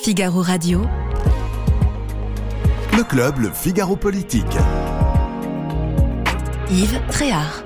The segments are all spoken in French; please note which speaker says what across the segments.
Speaker 1: Figaro Radio.
Speaker 2: Le club, le Figaro Politique.
Speaker 1: Yves Tréhard.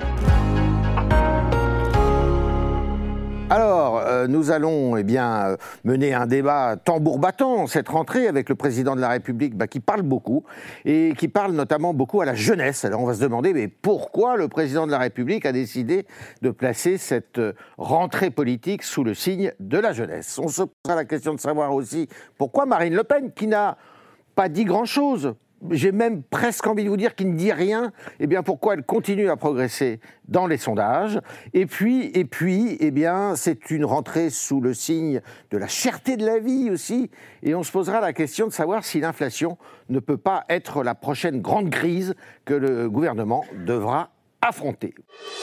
Speaker 3: Alors, nous allons mener un débat tambour battant cette rentrée avec le président de la République qui parle beaucoup et qui parle notamment beaucoup à la jeunesse. Alors on va se demander mais pourquoi le président de la République a décidé de placer cette rentrée politique sous le signe de la jeunesse. On se posera la question de savoir aussi pourquoi Marine Le Pen, qui n'a pas dit grand-chose, j'ai même presque envie de vous dire qu'il ne dit rien, pourquoi elle continue à progresser dans les sondages. Et puis, c'est une rentrée sous le signe de la cherté de la vie aussi. Et on se posera la question de savoir si l'inflation ne peut pas être la prochaine grande crise que le gouvernement devra affronter.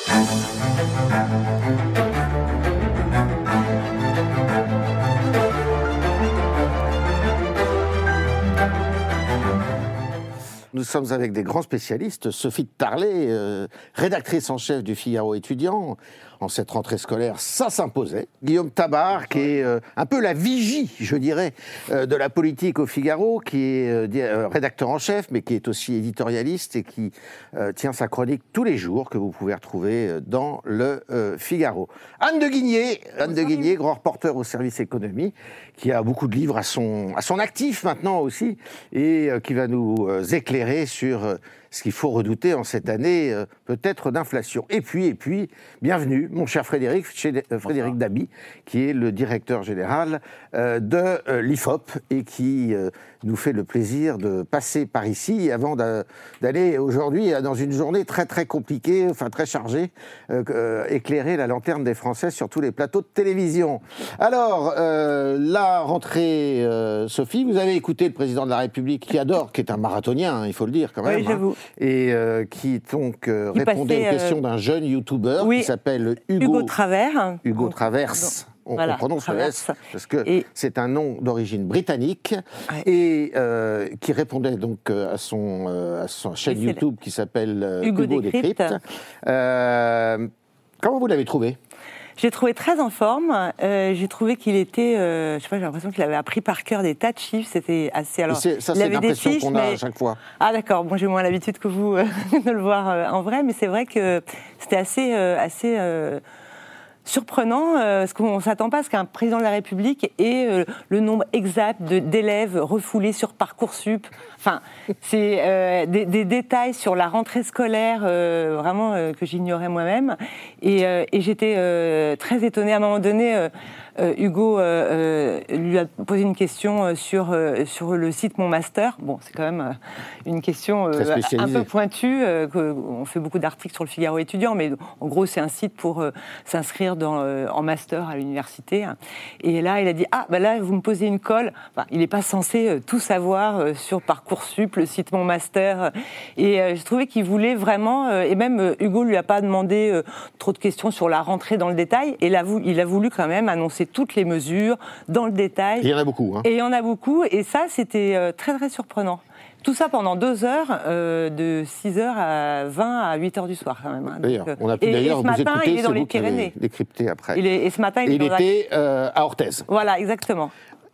Speaker 3: Nous sommes avec des grands spécialistes. Sophie de Tarlet, rédactrice en chef du Figaro étudiant. En cette rentrée scolaire, ça s'imposait. Guillaume Tabar, qui est un peu la vigie, je dirais, de la politique au Figaro, qui est rédacteur en chef, mais qui est aussi éditorialiste et qui tient sa chronique tous les jours, que vous pouvez retrouver dans le Figaro. Anne de Guigné, grand reporter au service économie, qui a beaucoup de livres à son actif maintenant aussi, et qui va nous éclairer sur ce qu'il faut redouter en cette année, peut-être d'inflation. Et puis, bienvenue, mon cher Frédéric Dabi, qui est le directeur général de l'IFOP et qui nous fait le plaisir de passer par ici avant d'aller aujourd'hui, dans une journée très très compliquée, très chargée, éclairer la lanterne des Français sur tous les plateaux de télévision. Alors, la rentrée, Sophie, vous avez écouté le président de la République, qui est un marathonien, il faut le dire quand même.
Speaker 4: Oui, j'avoue.
Speaker 3: Et qui donc répondait aux questions d'un jeune youtubeur qui s'appelle Hugo Travers. Hugo Traverse. On prononce le S parce que c'est un nom d'origine britannique et qui répondait donc à sa chaîne YouTube qui s'appelle Hugo Décrypte. Comment vous l'avez trouvé ?
Speaker 4: J'ai trouvé très en forme. J'ai trouvé qu'il était, j'ai l'impression qu'il avait appris par cœur des tas de chiffres. C'était assez. Alors,
Speaker 3: c'est l'impression qu'on a à chaque fois.
Speaker 4: Ah d'accord. Bon, j'ai moins l'habitude que vous de le voir en vrai, mais c'est vrai que c'était assez surprenant, parce qu'on ne s'attend pas à ce qu'un président de la République ait le nombre exact d'élèves refoulés sur Parcoursup. Enfin, c'est des détails sur la rentrée scolaire vraiment que j'ignorais moi-même. Et j'étais très étonnée. À un moment donné, Hugo lui a posé une question sur le site Mon Master. Bon, c'est quand même une question un peu pointue. On fait beaucoup d'articles sur le Figaro étudiant, mais en gros, c'est un site pour s'inscrire en master à l'université. Et là, il a dit « Ah, là, vous me posez une colle. » Il n'est pas censé tout savoir sur Parcoursup, le site Mon Master. Et je trouvais qu'il voulait vraiment... et même, Hugo ne lui a pas demandé trop de questions sur la rentrée dans le détail. Et là, il a voulu quand même annoncer toutes les mesures dans le détail.
Speaker 3: Et il y en a beaucoup.
Speaker 4: Et il y en a beaucoup. Et ça, c'était très, très surprenant. Tout ça pendant 2 heures, de 6h à 20 à 8h du soir quand même.
Speaker 3: D'ailleurs, on a pu d'ailleurs vous écouter,
Speaker 4: il est dans les Pyrénées.
Speaker 3: Décrypté après.
Speaker 4: Et ce matin, il
Speaker 3: était à Orthez.
Speaker 4: Voilà, exactement.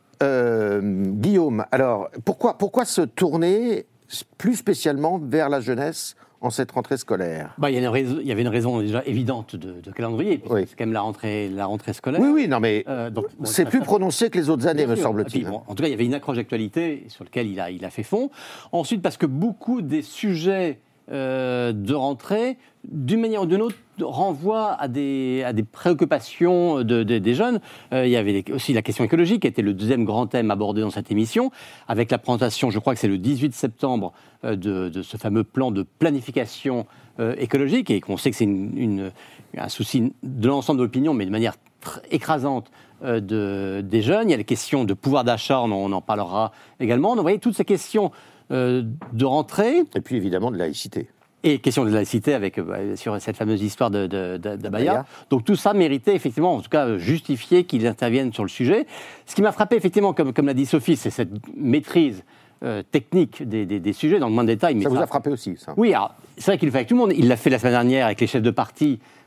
Speaker 3: Guillaume, alors, pourquoi se tourner plus spécialement vers la jeunesse en cette rentrée scolaire ?
Speaker 5: Il y avait une raison déjà évidente de calendrier, puisque c'est quand même la rentrée scolaire.
Speaker 3: Oui, non mais c'est plus prononcé que les autres années, me semble-t-il.
Speaker 5: En tout cas, il y avait une accroche d'actualité sur laquelle il a fait fond. Ensuite, parce que beaucoup des sujets de rentrée, d'une manière ou d'une autre, renvoient à des préoccupations des jeunes. Il y avait aussi la question écologique, qui était le deuxième grand thème abordé dans cette émission, avec la présentation, je crois que c'est le 18 septembre, de ce fameux plan de planification écologique, et qu'on sait que c'est un souci de l'ensemble de l'opinion, mais de manière écrasante des jeunes. Il y a les questions de pouvoir d'achat, on en parlera également. Donc, vous voyez, toutes ces questions de rentrée.
Speaker 3: Et puis évidemment de laïcité.
Speaker 5: Et question de laïcité avec sur cette fameuse histoire d'Abaya. Donc tout ça méritait effectivement, en tout cas justifier qu'ils interviennent sur le sujet. Ce qui m'a frappé effectivement, comme l'a dit Sophie, c'est cette maîtrise technique des sujets dans le moins de détails. Mais
Speaker 3: ça vous a frappé aussi, ça ?
Speaker 5: Oui, alors, c'est vrai qu'il le fait avec tout le monde. Il l'a fait la semaine dernière avec les chefs de parti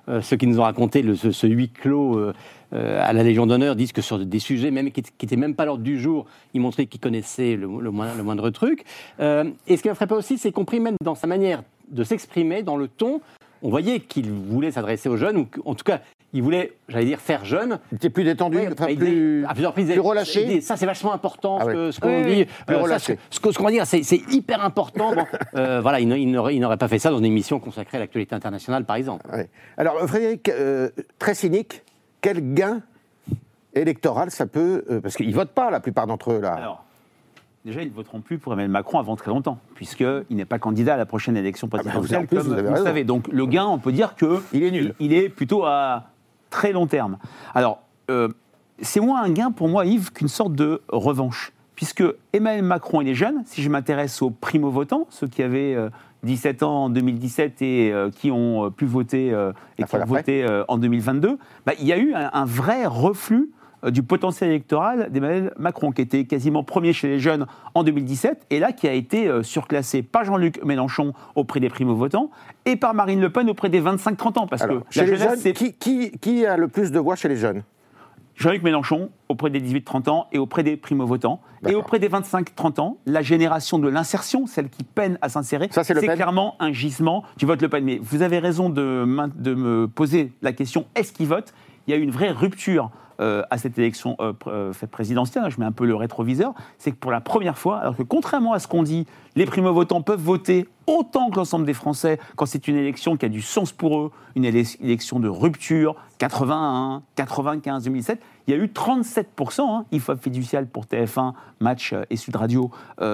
Speaker 5: ceux qui nous ont raconté ce huis clos à la Légion d'honneur disent que sur des sujets même qui n'étaient même pas à l'ordre du jour, ils montraient qu'ils connaissaient le moindre truc. Et ce qui m'a frappé aussi, c'est compris même dans sa manière de s'exprimer, dans le ton, on voyait qu'il voulait s'adresser aux jeunes, ou en tout cas, il voulait, j'allais dire, faire jeune.
Speaker 3: Il était plus détendu,
Speaker 5: à plusieurs reprises,
Speaker 3: plus relâché.
Speaker 5: Ça, c'est vachement important, ce qu'on
Speaker 3: oui,
Speaker 5: dit.
Speaker 3: plus relâché.
Speaker 5: Ce qu'on va dire, c'est hyper important. Bon, voilà, il n'aurait pas fait ça dans une émission consacrée à l'actualité internationale, par exemple.
Speaker 3: Ouais. Alors, Frédéric, très cynique, quel gain électoral ça peut... parce qu'ils ne votent pas, la plupart d'entre eux, là.
Speaker 1: Alors, déjà, ils ne voteront plus pour Emmanuel Macron avant très longtemps, puisqu'il n'est pas candidat à la prochaine élection présidentielle,
Speaker 3: vous le savez.
Speaker 1: Donc, le gain, on peut dire qu'il
Speaker 3: est nul.
Speaker 1: Il est plutôt à très long terme. Alors, c'est moins un gain pour moi, Yves, qu'une sorte de revanche. Puisque Emmanuel Macron, il est jeune. Si je m'intéresse aux primo-votants, ceux qui avaient 17 ans en 2017 et qui ont pu voter et qui ont voté en 2022, il y a eu un vrai reflux du potentiel électoral d'Emmanuel Macron, qui était quasiment premier chez les jeunes en 2017, et là qui a été surclassé par Jean-Luc Mélenchon auprès des primo-votants et par Marine Le Pen auprès des 25-30 ans. Parce
Speaker 3: alors,
Speaker 1: que
Speaker 3: chez les jeunes, qui a le plus de voix chez les jeunes ?
Speaker 1: Jean-Luc Mélenchon auprès des 18-30 ans et auprès des primo-votants. Et auprès des 25-30 ans, la génération de l'insertion, celle qui peine à s'insérer, c'est clairement un gisement du vote Le Pen. Mais vous avez raison de me poser la question, est-ce qu'il vote ? Il y a eu une vraie rupture à cette élection présidentielle, je mets un peu le rétroviseur, c'est que pour la première fois, alors que contrairement à ce qu'on dit, les primo-votants peuvent voter autant que l'ensemble des Français quand c'est une élection qui a du sens pour eux, une élection de rupture, 81, 95, 2007, il y a eu 37%, IFOP fiducial pour TF1, Match et Sud Radio,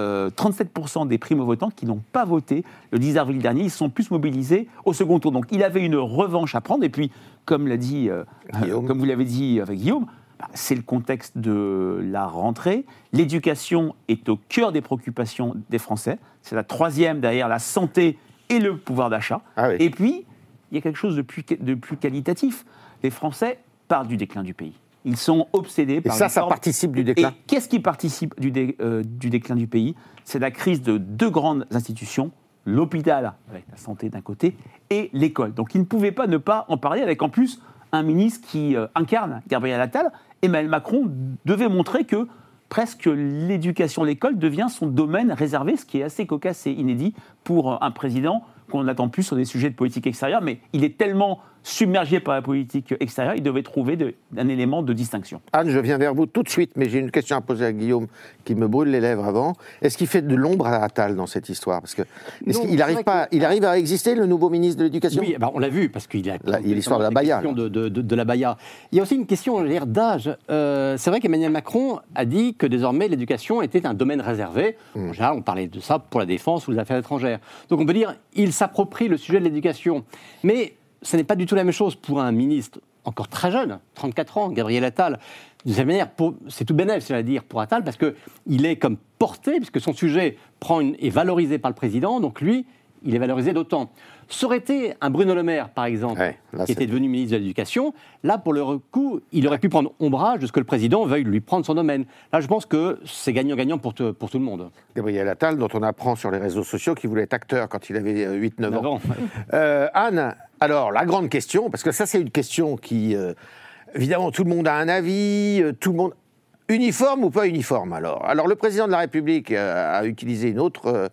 Speaker 1: 37% des primo-votants qui n'ont pas voté le 10 avril dernier, ils sont plus mobilisés au second tour. Donc il avait une revanche à prendre, et puis, comme l'a dit, comme vous l'avez dit avec Guillaume, c'est le contexte de la rentrée. L'éducation est au cœur des préoccupations des Français. C'est la troisième derrière la santé et le pouvoir d'achat. Ah oui. Et puis, il y a quelque chose de plus qualitatif. Les Français parlent du déclin du pays. Ils sont obsédés par
Speaker 3: ça participe du déclin.
Speaker 1: Et qu'est-ce qui participe du déclin du pays ? C'est la crise de deux grandes institutions, l'hôpital, avec la santé d'un côté, et l'école. Donc ils ne pouvaient pas ne pas en parler, avec en plus un ministre qui incarne Gabriel Attal. Emmanuel Macron devait montrer que presque l'éducation, l'école devient son domaine réservé, ce qui est assez cocasse et inédit pour un président qu'on attend plus sur des sujets de politique extérieure, mais il est tellement submergé par la politique extérieure, il devait trouver un élément de distinction.
Speaker 3: Anne, je viens vers vous tout de suite, mais j'ai une question à poser à Guillaume qui me brûle les lèvres avant. Est-ce qu'il fait de l'ombre à Attal dans cette histoire ? Parce que il arrive à exister, le nouveau ministre de l'Éducation ?
Speaker 5: Oui, on l'a vu, parce qu'il y a
Speaker 3: l'histoire de la Baïa.
Speaker 5: De la Baïa. Il y a aussi une question d'âge. C'est vrai qu'Emmanuel Macron a dit que désormais l'éducation était un domaine réservé. En général, on parlait de ça pour la défense ou les affaires étrangères. Donc on peut dire il s'approprie le sujet de l'éducation. Mais ce n'est pas du tout la même chose pour un ministre encore très jeune, 34 ans, Gabriel Attal. De cette manière, c'est tout bénef, c'est-à-dire pour Attal, parce qu'il est comme porté, puisque son sujet est valorisé par le président, donc lui, il est valorisé d'autant. Ça aurait été un Bruno Le Maire, par exemple, qui était devenu ministre de l'Éducation. Là, pour le coup, il aurait pu prendre ombrage de ce que le président veuille lui prendre son domaine. Là, je pense que c'est gagnant-gagnant pour tout le monde.
Speaker 3: Gabriel Attal, dont on apprend sur les réseaux sociaux qu'il voulait être acteur quand il avait 8-9 ans. Anne, alors, la grande question, parce que ça, c'est une question qui... évidemment, tout le monde a un avis, tout le monde... Uniforme ou pas uniforme, alors le président de la République a utilisé une autre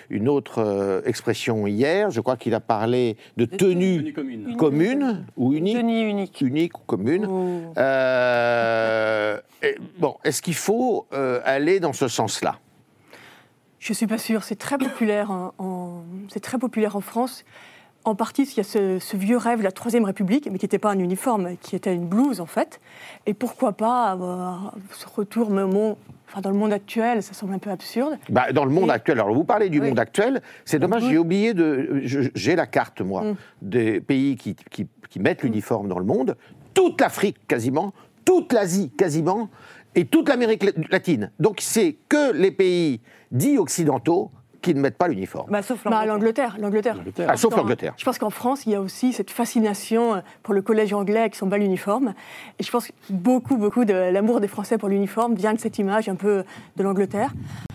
Speaker 3: expression hier. Je crois qu'il a parlé de tenue commune ou unique.
Speaker 4: Tenue unique.
Speaker 3: Unique ou commune. Est-ce qu'il faut aller dans ce sens-là ?
Speaker 6: Je ne suis pas sûre. C'est très populaire c'est très populaire en France. En partie, il y a ce vieux rêve de la Troisième République, mais qui n'était pas un uniforme, qui était une blouse, en fait. Et pourquoi pas ce retour dans le monde actuel, ça semble un peu absurde.
Speaker 3: Dans le monde actuel, alors vous parlez du monde actuel, c'est dommage, j'ai oublié j'ai la carte, moi, des pays qui mettent l'uniforme dans le monde, toute l'Afrique quasiment, toute l'Asie quasiment, et toute l'Amérique latine. Donc c'est que les pays dits occidentaux qui ne mettent pas l'uniforme.
Speaker 6: Sauf l'Angleterre.
Speaker 3: Sauf l'Angleterre.
Speaker 6: Je pense qu'en France, il y a aussi cette fascination pour le collège anglais qui s'en bat l'uniforme. Et je pense que beaucoup de l'amour des Français pour l'uniforme vient de cette image un peu de l'Angleterre.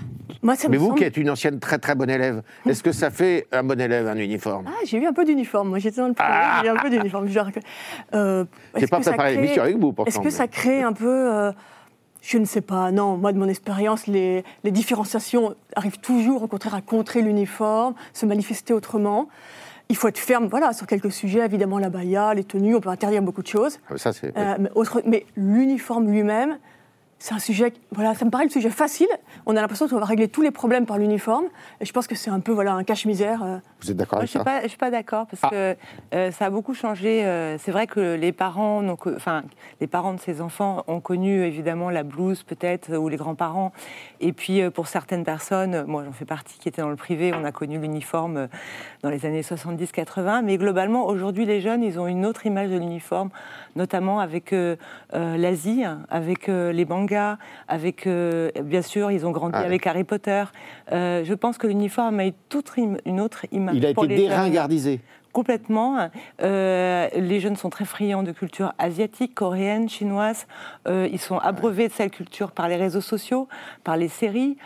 Speaker 3: Mais vous qui êtes une ancienne très très bonne élève, est-ce que ça fait un bon élève, un uniforme?
Speaker 6: J'ai eu un peu d'uniforme. Moi, j'étais dans le privé, j'ai eu un peu d'uniforme.
Speaker 3: J'ai pas préparé l'émission avec vous, pourtant.
Speaker 6: Est-ce que ça crée un peu... je ne sais pas. Non, moi, de mon expérience, les différenciations arrivent toujours, au contraire, à contrer l'uniforme, se manifester autrement. Il faut être ferme, voilà, sur quelques sujets. Évidemment, l'abaya, les tenues, on peut interdire beaucoup de choses.
Speaker 3: Ça, c'est...
Speaker 6: Mais l'uniforme lui-même, c'est un sujet, voilà, ça me paraît le sujet facile. On a l'impression qu'on va régler tous les problèmes par l'uniforme. Et je pense que c'est un peu, voilà, un cache-misère.
Speaker 3: Vous êtes d'accord avec ça?
Speaker 4: Je ne suis pas d'accord, parce que ça a beaucoup changé. C'est vrai que les parents de ces enfants ont connu, évidemment, la blouse, peut-être, ou les grands-parents. Et puis, pour certaines personnes, moi, j'en fais partie, qui étaient dans le privé, on a connu l'uniforme dans les années 70-80. Mais globalement, aujourd'hui, les jeunes, ils ont une autre image de l'uniforme, notamment avec l'Asie, avec les mangas, avec, bien sûr, ils ont grandi avec Harry Potter. Je pense que l'uniforme a une autre image.
Speaker 3: Il a été déringardisé.
Speaker 4: Complètement. Les jeunes sont très friands de culture asiatique, coréenne, chinoise. Ils sont abreuvés de cette culture par les réseaux sociaux, par les séries,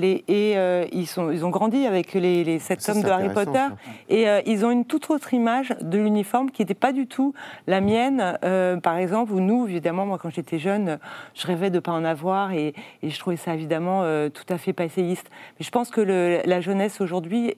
Speaker 4: ils ont grandi avec les 7 tomes de Harry Potter. Ça. Et ils ont une toute autre image de l'uniforme qui n'était pas du tout la mienne. Par exemple, ou nous, évidemment, moi, quand j'étais jeune, je rêvais de ne pas en avoir et je trouvais ça, évidemment, tout à fait passéiste. Mais je pense que la jeunesse, aujourd'hui,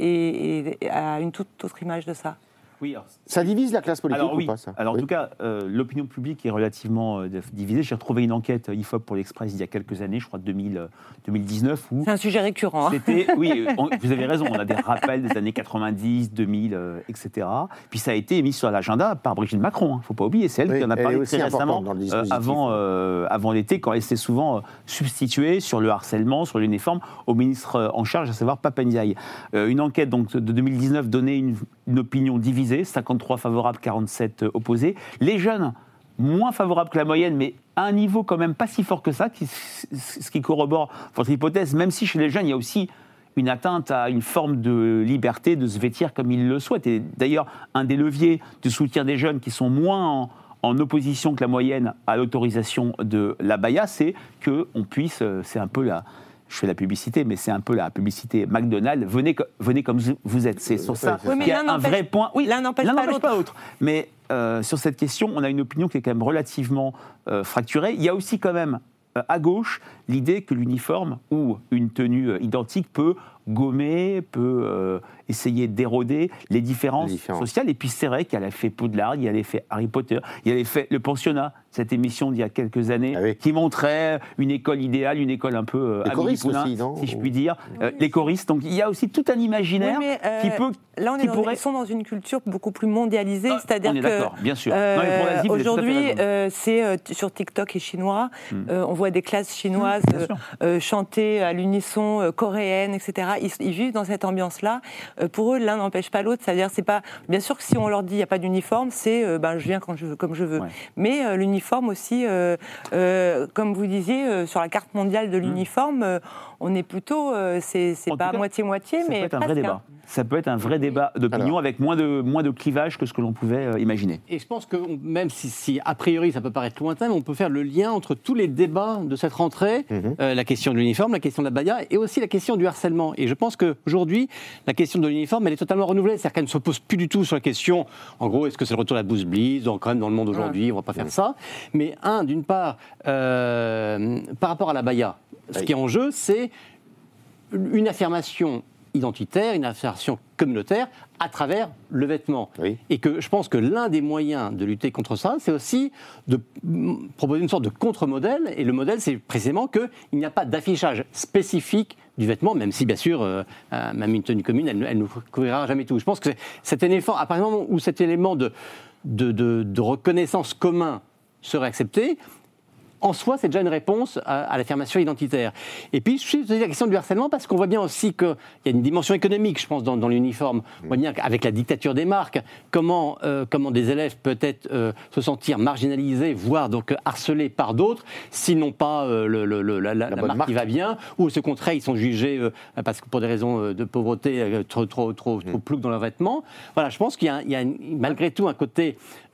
Speaker 4: a une toute autre image de ça.
Speaker 1: Oui,
Speaker 3: ça divise la classe politique ou pas, ça?
Speaker 1: En tout cas, l'opinion publique est relativement divisée. J'ai retrouvé une enquête IFOP pour l'Express il y a quelques années, je crois 2019.
Speaker 4: C'est un sujet récurrent.
Speaker 1: Oui, vous avez raison, on a des rappels des années 90, 2000, etc. Puis ça a été mis sur l'agenda par Brigitte Macron, il ne faut pas oublier, c'est elle qui en a parlé très récemment, avant l'été, quand elle s'est souvent substituée sur le harcèlement, sur l'uniforme, au ministre en charge, à savoir Pap Ndiaye. Une enquête donc, de 2019 donnait une opinion divisée, 53 favorables, 47 opposés. Les jeunes, moins favorables que la moyenne, mais à un niveau quand même pas si fort que ça, ce qui corrobore votre hypothèse, même si chez les jeunes, il y a aussi une atteinte à une forme de liberté de se vêtir comme ils le souhaitent. Et d'ailleurs, un des leviers du soutien des jeunes qui sont moins en opposition que la moyenne à l'autorisation de l'abaya, c'est qu'on puisse, c'est un peu je fais la publicité, mais c'est un peu la publicité McDonald's. Venez comme vous êtes. C'est sur ça qu'il y a un vrai point.
Speaker 4: Oui, l'un n'empêche pas l'autre.
Speaker 1: Mais sur cette question, on a une opinion qui est quand même relativement fracturée. Il y a aussi quand même, à gauche, l'idée que l'uniforme ou une tenue identique peut gommer, peut essayer d'éroder les différences sociales. Et puis c'est vrai qu'il y a l'effet Poudlard, il y a l'effet Harry Potter, il y a l'effet Le Pensionnat, cette émission d'il y a quelques années, qui montrait une école idéale, une école un peu
Speaker 3: Amélie Poulain,
Speaker 1: si je puis dire, les choristes. Donc il y a aussi tout un imaginaire qui peut...
Speaker 4: Là, ils sont dans une culture beaucoup plus mondialisée, c'est-à-dire
Speaker 1: on est d'accord, bien sûr.
Speaker 4: Aujourd'hui, c'est sur TikTok et chinois, on voit des classes chinoises chanter à l'unisson coréenne, etc. Ils vivent dans cette ambiance-là. Pour eux, l'un n'empêche pas l'autre. C'est-à-dire, c'est pas... Bien sûr que si on leur dit il n'y a pas d'uniforme, c'est je viens comme je veux. Ouais. Mais l'uniforme aussi, comme vous disiez, sur la carte mondiale de l'uniforme, on est plutôt... c'est pas moitié-moitié, mais
Speaker 1: presque. Un vrai débat. Ça peut être un vrai débat d'opinion avec moins de clivage que ce que l'on pouvait imaginer.
Speaker 5: Et je pense que même si a priori ça peut paraître lointain, on peut faire le lien entre tous les débats de cette rentrée, la question de l'uniforme, la question de l'abaya et aussi la question du harcèlement. Et je pense qu'aujourd'hui, la question de l'uniforme, elle est totalement renouvelée. C'est-à-dire qu'elle ne se pose plus du tout sur la question, en gros, est-ce que c'est le retour de la blouse blise, quand même dans le monde aujourd'hui, on ne va pas faire ça. Mais d'une part, par rapport à l'abaya, ce qui est en jeu, c'est une affirmation identitaire, une affirmation communautaire à travers le vêtement. Oui. Et que je pense que l'un des moyens de lutter contre ça, c'est aussi de proposer une sorte de contre-modèle. Et le modèle, c'est précisément qu'il n'y a pas d'affichage spécifique du vêtement, même si, bien sûr, même une tenue commune, elle ne couvrira jamais tout. Je pense que cet élément, à partir du moment où cet élément de reconnaissance commun serait accepté, en soi, c'est déjà une réponse à l'affirmation identitaire. Et puis, je suis posé la question du harcèlement parce qu'on voit bien aussi qu'il y a une dimension économique, je pense, dans l'uniforme. On voit bien qu'avec la dictature des marques, comment des élèves peut-être se sentir marginalisés, voire donc harcelés par d'autres, s'ils n'ont pas la marque qui va bien, ou au contraire, ils sont jugés parce que pour des raisons de pauvreté, trop ploucs dans leurs vêtements. Voilà, je pense qu'il y a malgré tout un côté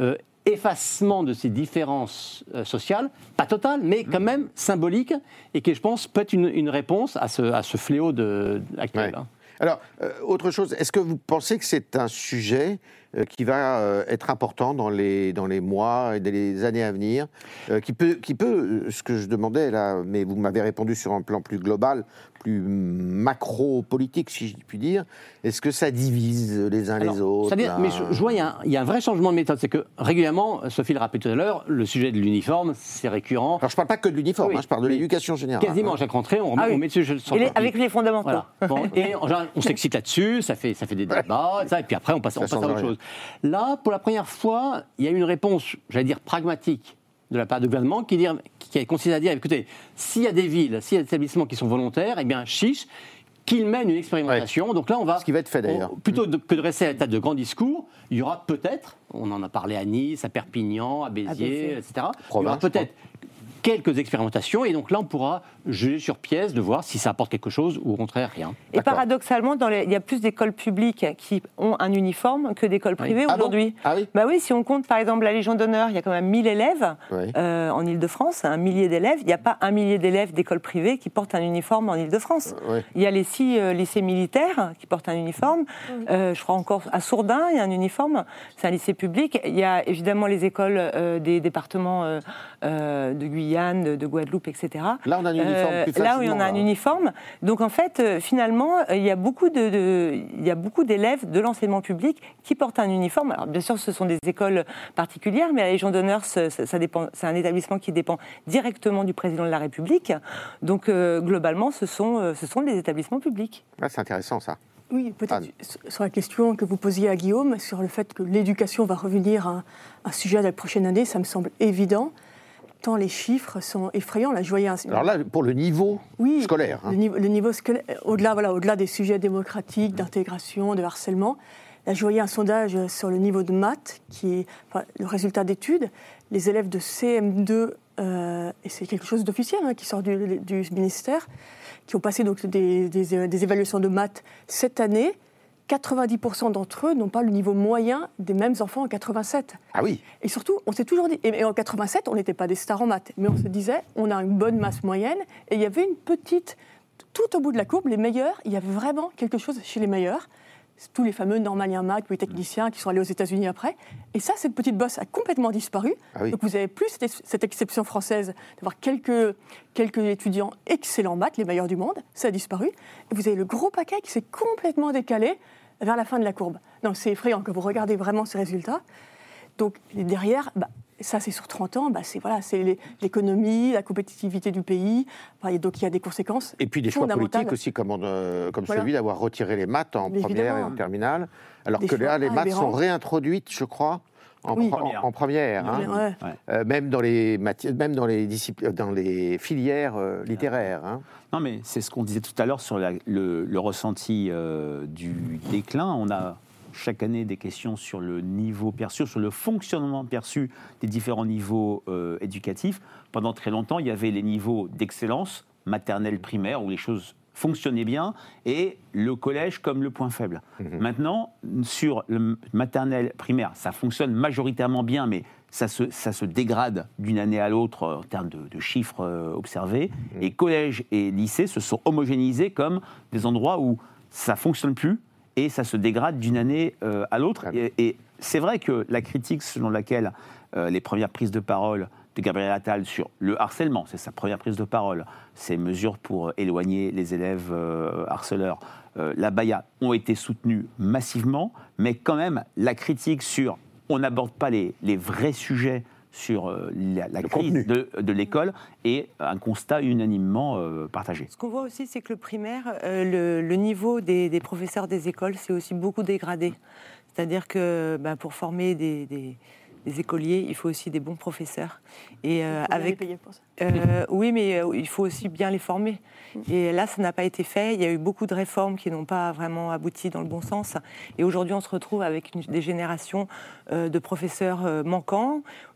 Speaker 5: effacement de ces différences sociales, pas totales, mais quand même symboliques, et qui, je pense, peut être une réponse à ce fléau actuel.
Speaker 3: Ouais. Alors, autre chose, est-ce que vous pensez que c'est un sujet qui va être important dans les mois et les années à venir, qui peut, ce que je demandais là, mais vous m'avez répondu sur un plan plus global, plus macro-politique, si je puis dire, est-ce que ça divise les uns les autres
Speaker 5: Mais je vois, il y a un vrai changement de méthode, c'est que régulièrement, Sophie le rappelait tout à l'heure, le sujet de l'uniforme, c'est récurrent.
Speaker 3: Alors je ne parle pas que de l'uniforme, je parle de l'éducation générale.
Speaker 5: Quasiment à chaque rentrée, on met dessus sur le tapis.
Speaker 4: Avec les fondamentaux.
Speaker 5: Voilà. Bon, et en général, on s'excite là-dessus, ça fait des débats, et puis après on passe à autre chose. Là, pour la première fois, il y a eu une réponse, j'allais dire pragmatique, de la part du gouvernement qui a consisté à dire, écoutez, s'il y a des villes, s'il y a des établissements qui sont volontaires, eh bien, chiche, qu'ils mènent une expérimentation. Ouais. Donc là, on va...
Speaker 3: Ce qui va être fait, d'ailleurs.
Speaker 5: Plutôt que de rester à l'état de grands discours, il y aura peut-être, on en a parlé à Nice, à Perpignan, à Béziers, etc. Il y aura peut-être quelques expérimentations, et donc là, on pourra juger sur pièce de voir si ça apporte quelque chose ou au contraire rien.
Speaker 4: Et paradoxalement, il y a plus d'écoles publiques qui ont un uniforme que d'écoles privées aujourd'hui.
Speaker 3: Ah oui.
Speaker 4: Bah oui, si on compte par exemple la Légion d'honneur, il y a quand même 1000 élèves en Ile-de-France, 1 millier d'élèves. Il n'y a pas 1 millier d'élèves d'écoles privées qui portent un uniforme en Ile-de-France. Il y a les 6 lycées militaires qui portent un uniforme. Je crois encore à Sourdin, il y a un uniforme. C'est un lycée public. Il y a évidemment les écoles des départements de Guyane, de Guadeloupe, etc.
Speaker 3: Là, on a un uniforme plus facilement.
Speaker 4: Là où il y en a un uniforme. Donc en fait, finalement, il y a beaucoup d'élèves de l'enseignement public qui portent un uniforme. Alors bien sûr, ce sont des écoles particulières, mais la Légion d'honneur, c'est un établissement qui dépend directement du président de la République. Donc globalement, ce sont des établissements publics.
Speaker 3: C'est intéressant ça.
Speaker 6: Oui, peut-être sur la question que vous posiez à Guillaume, sur le fait que l'éducation va revenir à un sujet de la prochaine année, ça me semble évident. Tant les chiffres sont effrayants. Là, je voyais
Speaker 3: Alors là, pour le niveau scolaire.
Speaker 6: Le niveau scolaire, au-delà des sujets démocratiques, d'intégration, de harcèlement. Là, je voyais un sondage sur le niveau de maths, qui est le résultat d'études. Les élèves de CM2, et c'est quelque chose d'officiel qui sort du ministère, qui ont passé donc des évaluations de maths cette année. 90% d'entre eux n'ont pas le niveau moyen des mêmes enfants en 87.
Speaker 3: Ah oui.
Speaker 6: Et surtout, on s'est toujours dit, et en 87, on n'était pas des stars en maths, mais on se disait, on a une bonne masse moyenne, et il y avait une petite, tout au bout de la courbe, les meilleurs, il y avait vraiment quelque chose chez les meilleurs. Tous les fameux normaliens maths, polytechniciens qui sont allés aux États-Unis après. Et ça, cette petite bosse a complètement disparu. Ah oui. Donc vous n'avez plus cette exception française d'avoir quelques étudiants excellents en maths, les meilleurs du monde. Ça a disparu. Et vous avez le gros paquet qui s'est complètement décalé vers la fin de la courbe. Donc c'est effrayant quand vous regardez vraiment ces résultats. Donc derrière, ça c'est sur 30 ans, c'est l'économie, la compétitivité du pays. Donc il y a des conséquences.
Speaker 3: Et puis des choix politiques aussi, comme celui d'avoir retiré les maths en première et en terminale. Alors que là, les maths sont réintroduites, je crois, en première. Même dans les filières littéraires. Hein.
Speaker 1: Non, mais c'est ce qu'on disait tout à l'heure sur le ressenti du déclin. On a chaque année des questions sur le niveau perçu, sur le fonctionnement perçu des différents niveaux éducatifs. Pendant très longtemps, il y avait les niveaux d'excellence, maternelle, primaire, où les choses fonctionnaient bien, et le collège comme le point faible. Maintenant, sur le maternel, primaire, ça fonctionne majoritairement bien, mais ça se dégrade d'une année à l'autre en termes de chiffres observés. Et collège et lycée se sont homogénéisés comme des endroits où ça ne fonctionne plus, et ça se dégrade d'une année à l'autre. Et c'est vrai que la critique selon laquelle les premières prises de parole de Gabriel Attal sur le harcèlement, c'est sa première prise de parole, ces mesures pour éloigner les élèves harceleurs, la baya, ont été soutenues massivement, mais quand même, la critique sur on n'aborde pas les vrais sujets sur la crise de l'école est un constat unanimement partagé.
Speaker 4: Ce qu'on voit aussi, c'est que le primaire, le niveau des professeurs des écoles s'est aussi beaucoup dégradé. C'est-à-dire que pour former des écoliers, il faut aussi des bons professeurs. Et
Speaker 6: les payer pour ça.
Speaker 4: Oui, mais il faut aussi bien les former. Et là, ça n'a pas été fait. Il y a eu beaucoup de réformes qui n'ont pas vraiment abouti dans le bon sens. Et aujourd'hui, on se retrouve avec des générations de professeurs manquants,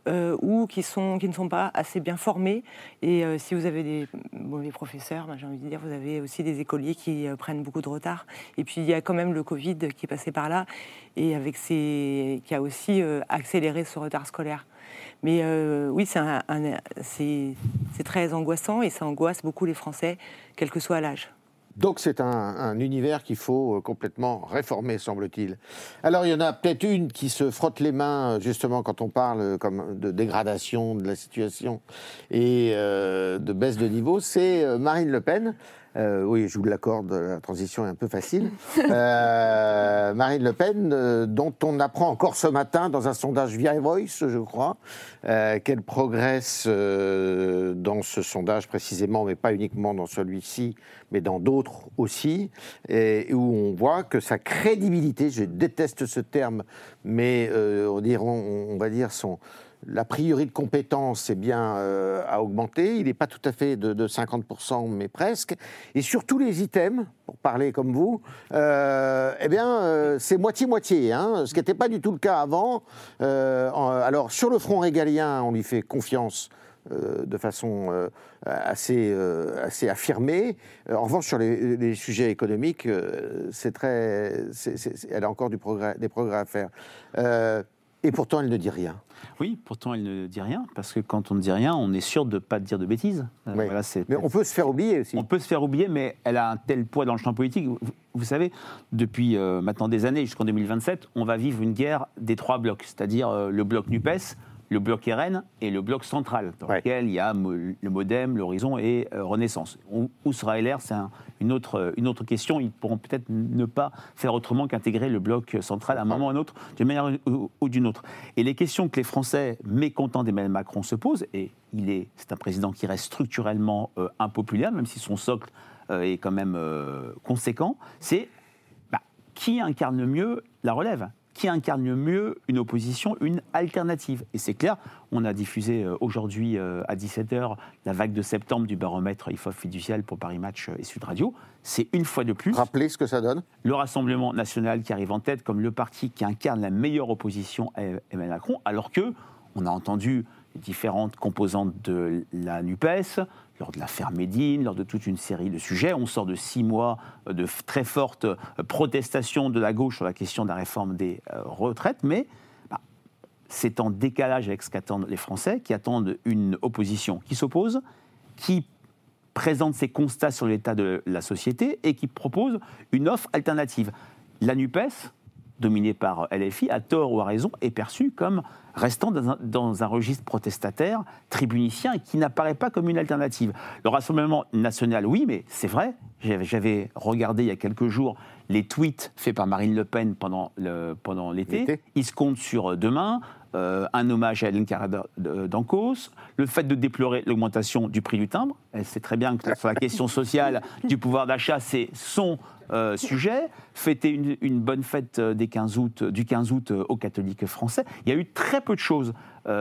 Speaker 4: ou qui ne sont pas assez bien formés. Et si vous avez des mauvais professeurs, j'ai envie de dire, vous avez aussi des écoliers qui prennent beaucoup de retard. Et puis il y a quand même le Covid qui est passé par là et qui a aussi accéléré ce retard scolaire. Mais oui, c'est très angoissant et ça angoisse beaucoup les Français, quel que soit l'âge.
Speaker 3: Donc c'est un univers qu'il faut complètement réformer, semble-t-il. Alors il y en a peut-être une qui se frotte les mains, justement, quand on parle comme de dégradation de la situation et de baisse de niveau, c'est Marine Le Pen. Oui, je vous l'accorde, la transition est un peu facile. Marine Le Pen, dont on apprend encore ce matin dans un sondage via Voice, je crois, qu'elle progresse dans ce sondage précisément, mais pas uniquement dans celui-ci, mais dans d'autres aussi, et où on voit que sa crédibilité, je déteste ce terme, mais on va dire la priori de compétence a augmenté. Il n'est pas tout à fait de 50%, mais presque. Et sur tous les items, pour parler comme vous, c'est moitié-moitié, hein, ce qui n'était pas du tout le cas avant. Alors, sur le front régalien, on lui fait confiance de façon assez affirmée. En revanche, sur les sujets économiques, elle a encore des progrès à faire. Et pourtant, elle ne dit rien.
Speaker 1: Oui, pourtant, elle ne dit rien, parce que quand on ne dit rien, on est sûr de ne pas dire de bêtises.
Speaker 3: Oui. Voilà, mais on peut se faire oublier aussi.
Speaker 1: On peut se faire oublier, mais elle a un tel poids dans le champ politique. Vous savez, depuis maintenant des années, jusqu'en 2027, on va vivre une guerre des 3 blocs, c'est-à-dire le bloc NUPES, le bloc RN et le bloc central, dans lequel il y a le MoDem, l'Horizon et Renaissance. Où sera LR, c'est une autre question. Ils pourront peut-être ne pas faire autrement qu'intégrer le bloc central à un moment ou à un autre, d'une manière ou d'une autre. Et les questions que les Français mécontents d'Emmanuel Macron se posent, et c'est un président qui reste structurellement impopulaire, même si son socle est quand même conséquent, c'est qui incarne le mieux la relève ? Qui incarne le mieux une opposition, une alternative. Et c'est clair, on a diffusé aujourd'hui à 17h la vague de septembre du baromètre IFOP fiducial pour Paris Match et Sud Radio. C'est une fois de plus...
Speaker 3: Rappelez ce que ça donne.
Speaker 1: Le Rassemblement national qui arrive en tête comme le parti qui incarne la meilleure opposition à Emmanuel Macron, alors qu'on a entendu différentes composantes de la NUPES, lors de l'affaire Médine, lors de toute une série de sujets. On sort de 6 mois de très fortes protestations de la gauche sur la question de la réforme des retraites, mais c'est en décalage avec ce qu'attendent les Français, qui attendent une opposition qui s'oppose, qui présente ses constats sur l'état de la société et qui propose une offre alternative. La NUPES, dominée par LFI, à tort ou à raison, est perçue comme restant dans un registre protestataire, tribunicien, et qui n'apparaît pas comme une alternative. Le Rassemblement national, oui, mais c'est vrai, j'avais regardé il y a quelques jours les tweets faits par Marine Le Pen pendant l'été. Il se compte sur 2 mains, un hommage à Hélène Carrère d'Ancos, le fait de déplorer l'augmentation du prix du timbre. Elle sait très bien que sur la question sociale du pouvoir d'achat, c'est son sujet. Fêter une bonne fête du 15 août aux catholiques français. Il y a eu très peu de choses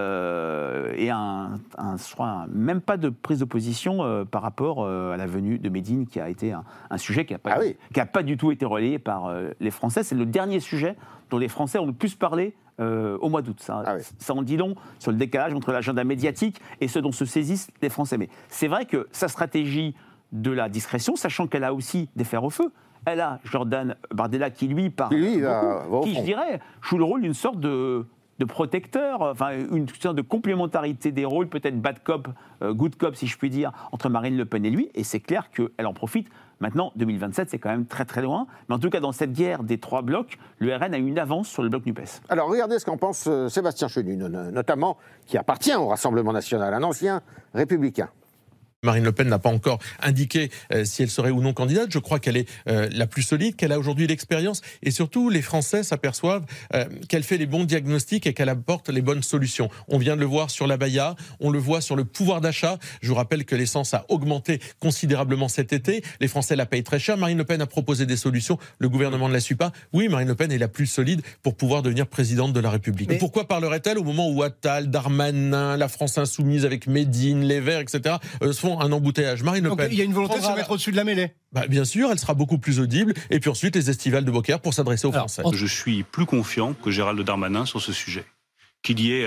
Speaker 1: et je crois, même pas de prise d'opposition par rapport à la venue de Médine, qui a été un sujet qui n'a pas du tout été relayé par les Français. C'est le dernier sujet dont les Français ont le plus parlé au mois d'août. Ça en dit long sur le décalage entre l'agenda médiatique et ce dont se saisissent les Français. Mais c'est vrai que sa stratégie de la discrétion, sachant qu'elle a aussi des fers au feu, elle a Jordan Bardella qui, lui, parle beaucoup, qui, je dirais, joue le rôle d'une sorte de protecteur, enfin une sorte de complémentarité des rôles, peut-être bad cop, good cop, si je puis dire, entre Marine Le Pen et lui. Et c'est clair qu'elle en profite. Maintenant, 2027, c'est quand même très très loin. Mais en tout cas, dans cette guerre des 3 blocs, le RN a une avance sur le bloc NUPES.
Speaker 3: Alors, regardez ce qu'en pense Sébastien Chenu, notamment, qui appartient au Rassemblement national, un ancien républicain.
Speaker 7: Marine Le Pen n'a pas encore indiqué si elle serait ou non candidate. Je crois qu'elle est la plus solide, qu'elle a aujourd'hui l'expérience. Et surtout, les Français s'aperçoivent qu'elle fait les bons diagnostics et qu'elle apporte les bonnes solutions. On vient de le voir sur l'abaya, on le voit sur le pouvoir d'achat. Je vous rappelle que l'essence a augmenté considérablement cet été. Les Français la payent très cher. Marine Le Pen a proposé des solutions. Le gouvernement ne la suit pas. Oui, Marine Le Pen est la plus solide pour pouvoir devenir présidente de la République. Mais pourquoi parlerait-elle au moment où Attal, Darmanin, la France Insoumise avec Médine, les Verts, etc. se font un embouteillage? Marine Le Pen.
Speaker 8: Il y a une volonté de se mettre au-dessus de la mêlée.
Speaker 7: Bien sûr, elle sera beaucoup plus audible. Et puis ensuite, les estivales de Beaucaire pour s'adresser aux Français.
Speaker 9: Je suis plus confiant que Gérald Darmanin sur ce sujet. Qu'il y ait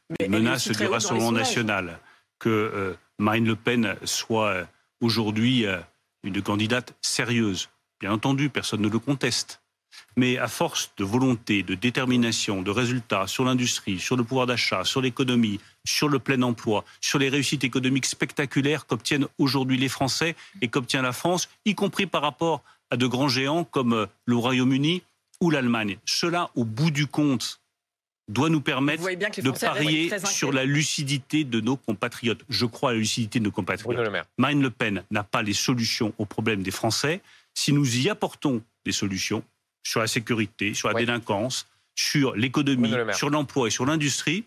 Speaker 9: une menace du Rassemblement national, que Marine Le Pen soit aujourd'hui une candidate sérieuse. Bien entendu, personne ne le conteste. Mais à force de volonté, de détermination, de résultats sur l'industrie, sur le pouvoir d'achat, sur l'économie, sur le plein emploi, sur les réussites économiques spectaculaires qu'obtiennent aujourd'hui les Français et qu'obtient la France, y compris par rapport à de grands géants comme le Royaume-Uni ou l'Allemagne. Cela, au bout du compte, doit nous permettre de parier sur la lucidité de nos compatriotes. Je crois à la lucidité de nos compatriotes. Marine Le Pen n'a pas les solutions aux problèmes des Français. Si nous y apportons des solutions sur la sécurité, sur la délinquance, sur l'économie, sur l'emploi et sur l'industrie,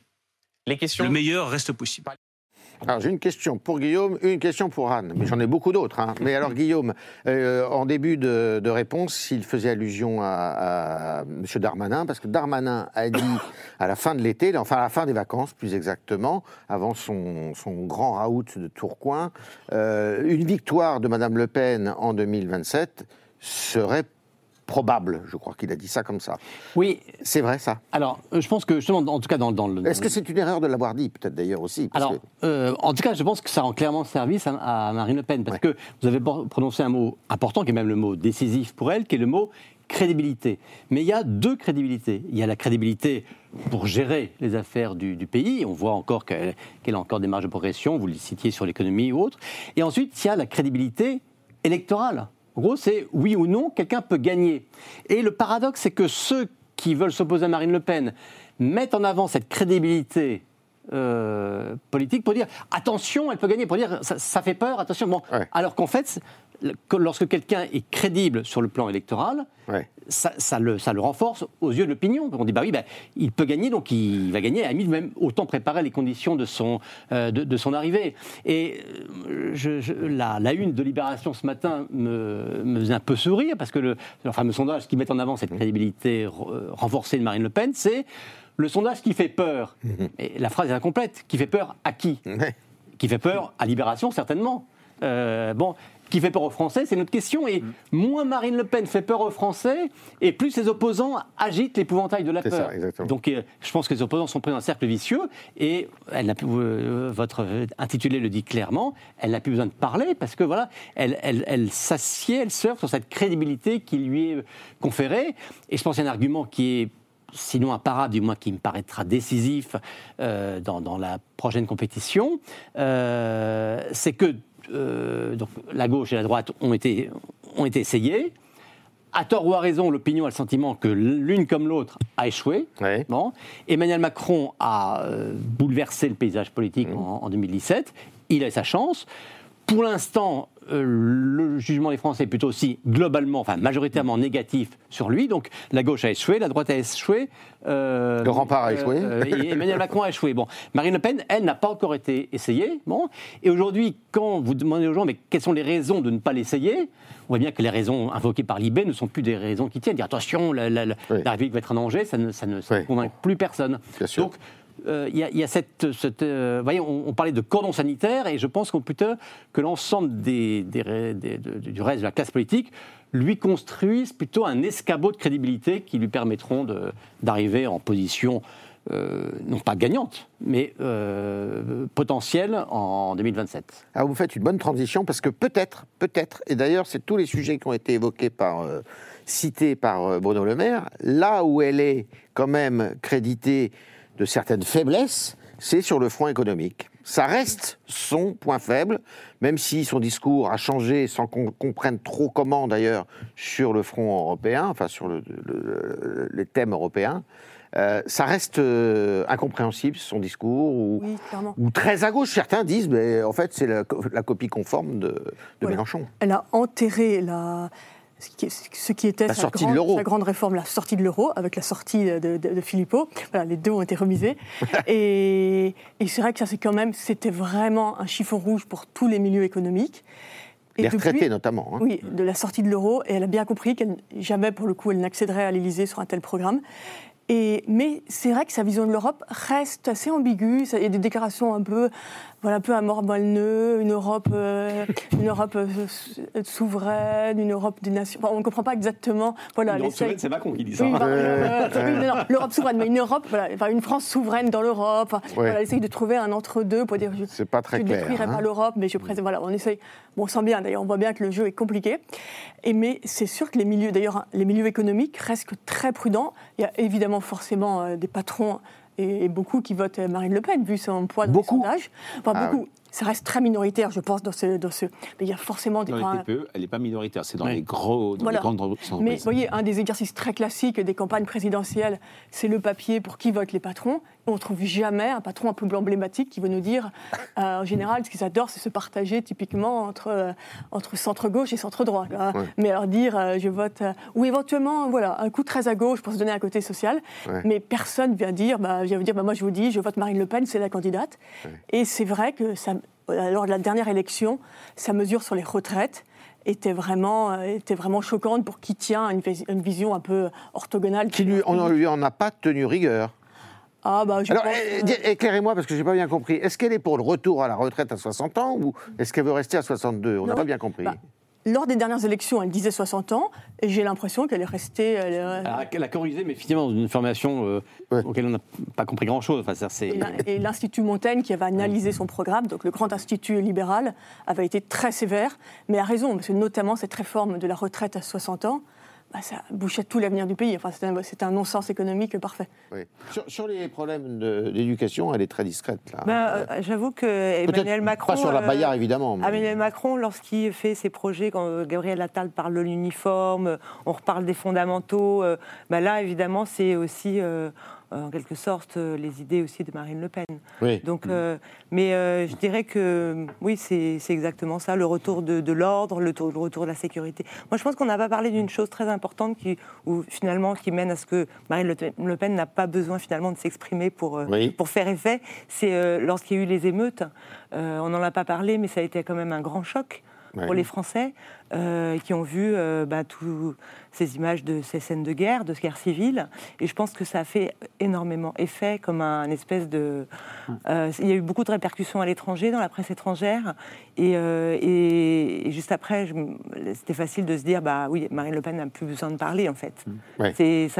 Speaker 9: le meilleur reste possible.
Speaker 3: Alors j'ai une question pour Guillaume, une question pour Anne, mais j'en ai beaucoup d'autres. Mais alors Guillaume, en début de réponse, il faisait allusion à M. Darmanin, parce que Darmanin a dit à la fin de l'été, enfin à la fin des vacances plus exactement, avant son grand raout de Tourcoing, une victoire de Mme Le Pen en 2027 serait probable, je crois qu'il a dit ça comme ça.
Speaker 5: Oui.
Speaker 3: C'est vrai, ça?
Speaker 5: Alors, je pense que, justement, en tout cas, dans le...
Speaker 3: Est-ce que c'est une erreur de l'avoir dit, peut-être d'ailleurs aussi?
Speaker 5: Alors, en tout cas, je pense que ça rend clairement service à Marine Le Pen, parce que vous avez prononcé un mot important, qui est même le mot décisif pour elle, qui est le mot crédibilité. Mais il y a deux crédibilités. Il y a la crédibilité pour gérer les affaires du pays. On voit encore qu'elle a encore des marges de progression, vous le citiez sur l'économie ou autre. Et ensuite, il y a la crédibilité électorale. En gros, c'est oui ou non, quelqu'un peut gagner. Et le paradoxe, c'est que ceux qui veulent s'opposer à Marine Le Pen mettent en avant cette crédibilité politique pour dire attention, elle peut gagner, pour dire ça fait peur, attention. Bon, alors qu'en fait, lorsque quelqu'un est crédible sur le plan électoral, ça le renforce aux yeux de l'opinion. On dit il peut gagner, donc il va gagner. À la limite, même autant préparer les conditions de son arrivée. Et la une de Libération ce matin me faisait un peu sourire, parce que le fameux sondage qui met en avant cette crédibilité renforcée de Marine Le Pen, c'est le sondage qui fait peur. Et la phrase est incomplète. Qui fait peur à qui? Qui fait peur à Libération, certainement. Qui fait peur aux Français, c'est notre question. Et moins Marine Le Pen fait peur aux Français, et plus ses opposants agitent l'épouvantail de la peur. Ça, donc je pense que les opposants sont pris dans un cercle vicieux, et votre intitulé le dit clairement, elle n'a plus besoin de parler, parce que voilà, elle s'assied, elle surfe sur cette crédibilité qui lui est conférée. Et je pense qu'il y a un argument qui est sinon imparable, du moins qui me paraîtra décisif dans la prochaine compétition, c'est que donc, la gauche et la droite ont été essayées. À tort ou à raison, l'opinion a le sentiment que l'une comme l'autre a échoué. Bon. Emmanuel Macron a bouleversé le paysage politique en 2017. Il a sa chance. Pour l'instant, le jugement des Français est plutôt aussi globalement, enfin majoritairement négatif sur lui. Donc la gauche a échoué, la droite a échoué.
Speaker 3: Le rempart a échoué.
Speaker 5: Et Emmanuel Macron a échoué. Bon, Marine Le Pen, elle, n'a pas encore été essayée. Bon. Et aujourd'hui, quand vous demandez aux gens mais quelles sont les raisons de ne pas l'essayer, on voit bien que les raisons invoquées par l'IB ne sont plus des raisons qui tiennent. Dire attention, la République va être en danger, ça ne convainc plus personne. Donc, il y a voyez, on parlait de cordon sanitaire, et je pense qu'on plutôt que l'ensemble du reste de la classe politique lui construisent plutôt un escabeau de crédibilité qui lui permettront d'arriver en position non pas gagnante, mais potentielle en 2027.
Speaker 3: Alors vous faites une bonne transition, parce que peut-être, et d'ailleurs c'est tous les sujets qui ont été évoqués cités par Bruno Le Maire, là où elle est quand même créditée de certaines faiblesses, c'est sur le front économique. Ça reste son point faible, même si son discours a changé sans qu'on comprenne trop comment d'ailleurs sur le front européen, enfin sur les thèmes européens. Ça reste incompréhensible, son discours, ou très à gauche. Certains disent, mais en fait c'est la copie conforme de Mélenchon.
Speaker 6: Elle a enterré ce qui était sa grande réforme, la sortie de l'euro, avec la sortie de Philippot. Voilà, les deux ont été remisés. et c'est vrai que ça, c'était vraiment un chiffon rouge pour tous les milieux économiques. Et
Speaker 3: les retraités notamment.
Speaker 6: Oui, de la sortie de l'euro. Et elle a bien compris qu'elle jamais, pour le coup, elle n'accéderait à l'Élysée sur un tel programme. Mais c'est vrai que sa vision de l'Europe reste assez ambiguë. Il y a des déclarations un peu voilà, un peu à mort moelle-nœud, une Europe souveraine, une Europe des nations. Enfin, on ne comprend pas exactement. Voilà,
Speaker 5: l'Europe souveraine, c'est Macron qui dit ça.
Speaker 6: Oui, l'Europe souveraine, mais une Europe, voilà, enfin, une France souveraine dans l'Europe. Voilà, elle essaye de trouver un entre-deux pour dire
Speaker 3: c'est pas très clair.
Speaker 6: Je ne détruirai pas l'Europe, mais je présente. Voilà, on essaye. Bon, on sent bien. D'ailleurs, on voit bien que le jeu est compliqué. Mais c'est sûr que les milieux économiques restent très prudents. Il y a évidemment forcément des patrons et beaucoup qui votent Marine Le Pen, vu son poids dans les sondages. Enfin, beaucoup. Ça reste très minoritaire, je pense, dans ce. Mais il y a forcément des.
Speaker 1: Dans les TPE, elle n'est pas minoritaire, c'est dans les grandes entreprises.
Speaker 6: Mais vous voyez, un des exercices très classiques des campagnes présidentielles, c'est le papier pour qui votent les patrons. On ne trouve jamais un patron un peu emblématique qui veut nous dire, en général, ce qu'ils adorent, c'est se partager typiquement entre centre-gauche et centre-droit. Mais alors dire, je vote. Ou éventuellement, voilà, un coup très à gauche pour se donner un côté social. Mais personne vient dire, moi je vous dis, je vote Marine Le Pen, c'est la candidate. Et c'est vrai que lors de la dernière élection, sa mesure sur les retraites était vraiment choquante pour qui tient une vision un peu orthogonale.
Speaker 3: On ne lui en a pas tenu rigueur. Alors, éclairez-moi, parce que je n'ai pas bien compris. Est-ce qu'elle est pour le retour à la retraite à 60 ans ou est-ce qu'elle veut rester à 62 ? On n'a pas bien compris.
Speaker 6: Lors des dernières élections, elle disait 60 ans, et j'ai l'impression qu'elle est restée...
Speaker 5: Elle a corrigé, mais finalement, dans une formation auquel on n'a pas compris grand-chose. Enfin,
Speaker 6: et l'Institut Montaigne, qui avait analysé son programme, donc le grand institut libéral, avait été très sévère, mais a raison, parce que notamment cette réforme de la retraite à 60 ans, ça bouchait tout l'avenir du pays. Enfin, c'était un non-sens économique parfait.
Speaker 3: Oui. Sur les problèmes d'éducation, elle est très discrète. Là.
Speaker 4: J'avoue que Emmanuel Macron...
Speaker 3: Pas sur la Bayard, évidemment. Mais...
Speaker 4: Emmanuel Macron, lorsqu'il fait ses projets, quand Gabriel Attal parle de l'uniforme, on reparle des fondamentaux, là, évidemment, c'est aussi... en quelque sorte, les idées aussi de Marine Le Pen.
Speaker 3: Oui.
Speaker 4: Donc, je dirais que oui, c'est exactement ça, le retour de l'ordre, le retour de la sécurité. Moi, je pense qu'on n'a pas parlé d'une chose très importante qui mène à ce que Marine Le Pen n'a pas besoin finalement de s'exprimer pour faire effet. C'est lorsqu'il y a eu les émeutes, on n'en a pas parlé, mais ça a été quand même un grand choc pour les Français qui ont vu toutes ces images de ces scènes de guerre civile. Et je pense que ça a fait énormément effet comme un espèce de... il y a eu beaucoup de répercussions à l'étranger, dans la presse étrangère. Et juste après, c'était facile de se dire, oui, Marine Le Pen n'a plus besoin de parler, en fait. C'est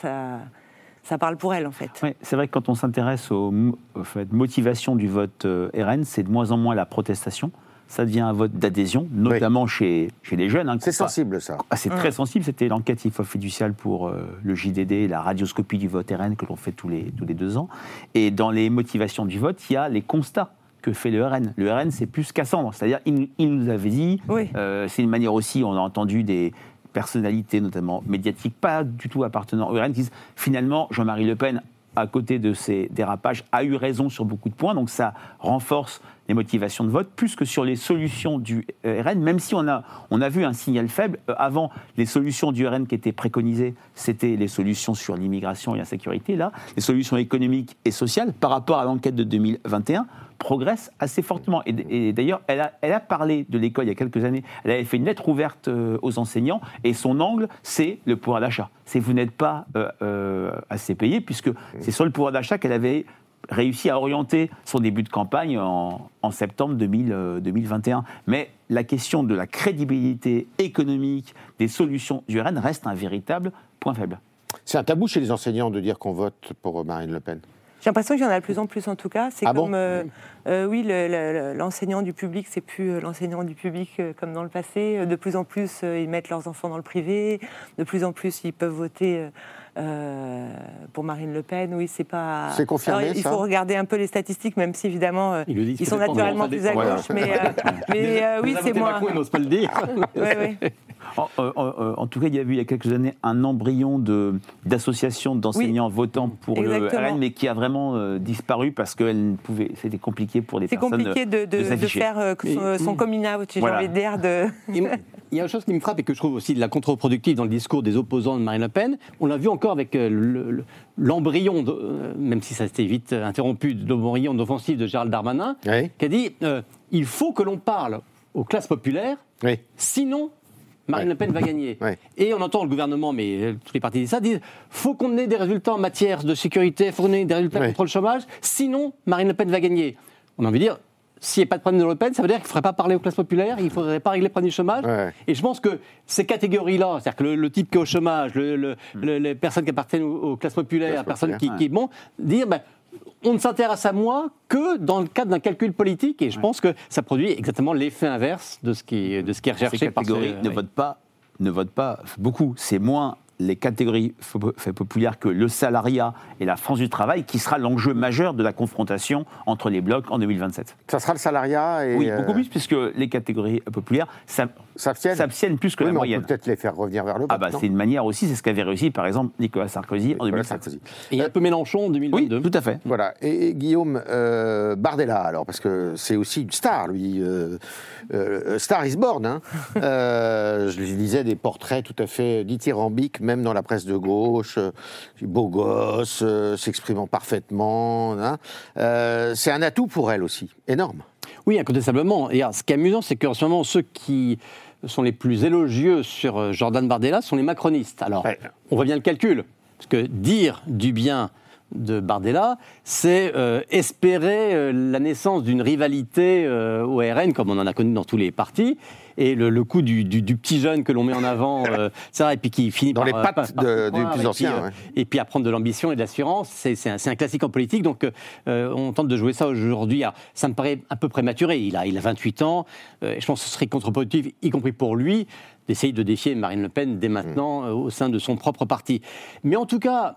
Speaker 4: ça parle pour elle, en fait.
Speaker 1: Oui, c'est vrai que quand on s'intéresse aux motivations du vote RN, c'est de moins en moins la protestation. Ça devient un vote d'adhésion, notamment chez les jeunes.
Speaker 3: C'est sensible, ça.
Speaker 1: C'est très sensible. C'était l'enquête IFOP fiduciale pour le JDD, la radioscopie du vote RN que l'on fait tous les 2 ans. Et dans les motivations du vote, il y a les constats que fait le RN. Le RN, c'est plus Cassandre. C'est-à-dire, il nous avait dit, c'est une manière aussi, on a entendu des personnalités, notamment médiatiques, pas du tout appartenant au RN, qui disent, finalement, Jean-Marie Le Pen, à côté de ses dérapages, a eu raison sur beaucoup de points. Donc ça renforce les motivations de vote, plus que sur les solutions du RN, même si on a vu un signal faible. Avant, les solutions du RN qui étaient préconisées, c'était les solutions sur l'immigration et la sécurité. Là, les solutions économiques et sociales, par rapport à l'enquête de 2021, progressent assez fortement. Et d'ailleurs, elle a parlé de l'école il y a quelques années. Elle avait fait une lettre ouverte aux enseignants, et son angle, c'est le pouvoir d'achat. C'est vous n'êtes pas assez payé, puisque c'est sur le pouvoir d'achat qu'elle avait réussi à orienter son début de campagne en septembre 2021. Mais la question de la crédibilité économique des solutions du RN reste un véritable point faible.
Speaker 3: C'est un tabou chez les enseignants de dire qu'on vote pour Marine Le Pen.
Speaker 4: J'ai l'impression qu'il y en a de plus en plus, en tout cas. C'est oui, l'enseignant du public, c'est plus l'enseignant du public comme dans le passé. De plus en plus, ils mettent leurs enfants dans le privé. De plus en plus, ils peuvent voter pour Marine Le Pen. Oui, c'est pas...
Speaker 3: C'est confirmé,
Speaker 4: alors, il faut regarder un peu les statistiques, même si, évidemment, ils sont naturellement plus à gauche. Mais oui, c'est moins...
Speaker 5: Macron, il n'ose pas le dire.
Speaker 1: En tout cas, il y a eu il y a quelques années un embryon d'association d'enseignants votant pour le RN, mais qui a vraiment disparu parce que c'était compliqué pour les personnes.
Speaker 4: C'est compliqué de faire son coming out, j'ai envie de dire.
Speaker 5: Il y a une chose qui me frappe et que je trouve aussi de la contre-productive dans le discours des opposants de Marine Le Pen. On l'a vu encore avec l'embryon, même si ça s'était vite interrompu, de l'embryon d'offensive de Gérald Darmanin, qui a dit il faut que l'on parle aux classes populaires, sinon Marine Le Pen va gagner. Et on entend le gouvernement, mais tous les partis disent ça, disent faut qu'on ait des résultats en matière de sécurité, faut qu'on ait des résultats contre le chômage, sinon Marine Le Pen va gagner. On a envie de dire s'il n'y a pas de problème de Le Pen, ça veut dire qu'il ne faudrait pas parler aux classes populaires, il ne faudrait pas régler le problème du chômage. Ouais. Et je pense que ces catégories-là, c'est-à-dire que le type qui est au chômage, les personnes qui appartiennent aux classes populaires, personnes qui vont dire... on ne s'intéresse à moi que dans le cadre d'un calcul politique, et je pense que ça produit exactement l'effet inverse de ce qui est recherché par ces
Speaker 1: catégories ne votent pas beaucoup. C'est moins les catégories populaires que le salariat et la France du travail qui sera l'enjeu majeur de la confrontation entre les blocs en 2027.
Speaker 3: Ça sera le salariat et...
Speaker 1: Oui, beaucoup plus, puisque les catégories populaires s'abstiennent plus que la moyenne.
Speaker 3: On peut peut-être les faire revenir vers le bas.
Speaker 1: C'est une manière aussi, c'est ce qu'avait réussi par exemple Nicolas Sarkozy en 2007.
Speaker 5: Et un peu Mélenchon en 2022.
Speaker 1: Oui, tout à fait.
Speaker 3: Voilà. Et Guillaume, Bardella, alors, parce que c'est aussi une star, lui. Star is born. Hein. Je lisais des portraits tout à fait dithyrambiques, même dans la presse de gauche, beau gosse, s'exprimant parfaitement. Hein. C'est un atout pour elle aussi, énorme.
Speaker 5: Oui, incontestablement. Et alors, ce qui est amusant, c'est qu'en ce moment, ceux qui sont les plus élogieux sur Jordan Bardella sont les macronistes. Alors, on voit bien le calcul, parce que dire du bien de Bardella, c'est espérer la naissance d'une rivalité au RN, comme on en a connu dans tous les partis, et le coup du petit jeune que l'on met en avant, ça, et puis qui finit
Speaker 3: dans les pattes du plus ancien.
Speaker 5: Et puis à prendre de l'ambition et de l'assurance, c'est un classique en politique, donc on tente de jouer ça aujourd'hui. Alors, ça me paraît un peu prématuré, il a 28 ans, je pense que ce serait contre-productif, y compris pour lui, d'essayer de défier Marine Le Pen dès maintenant au sein de son propre parti. Mais en tout cas...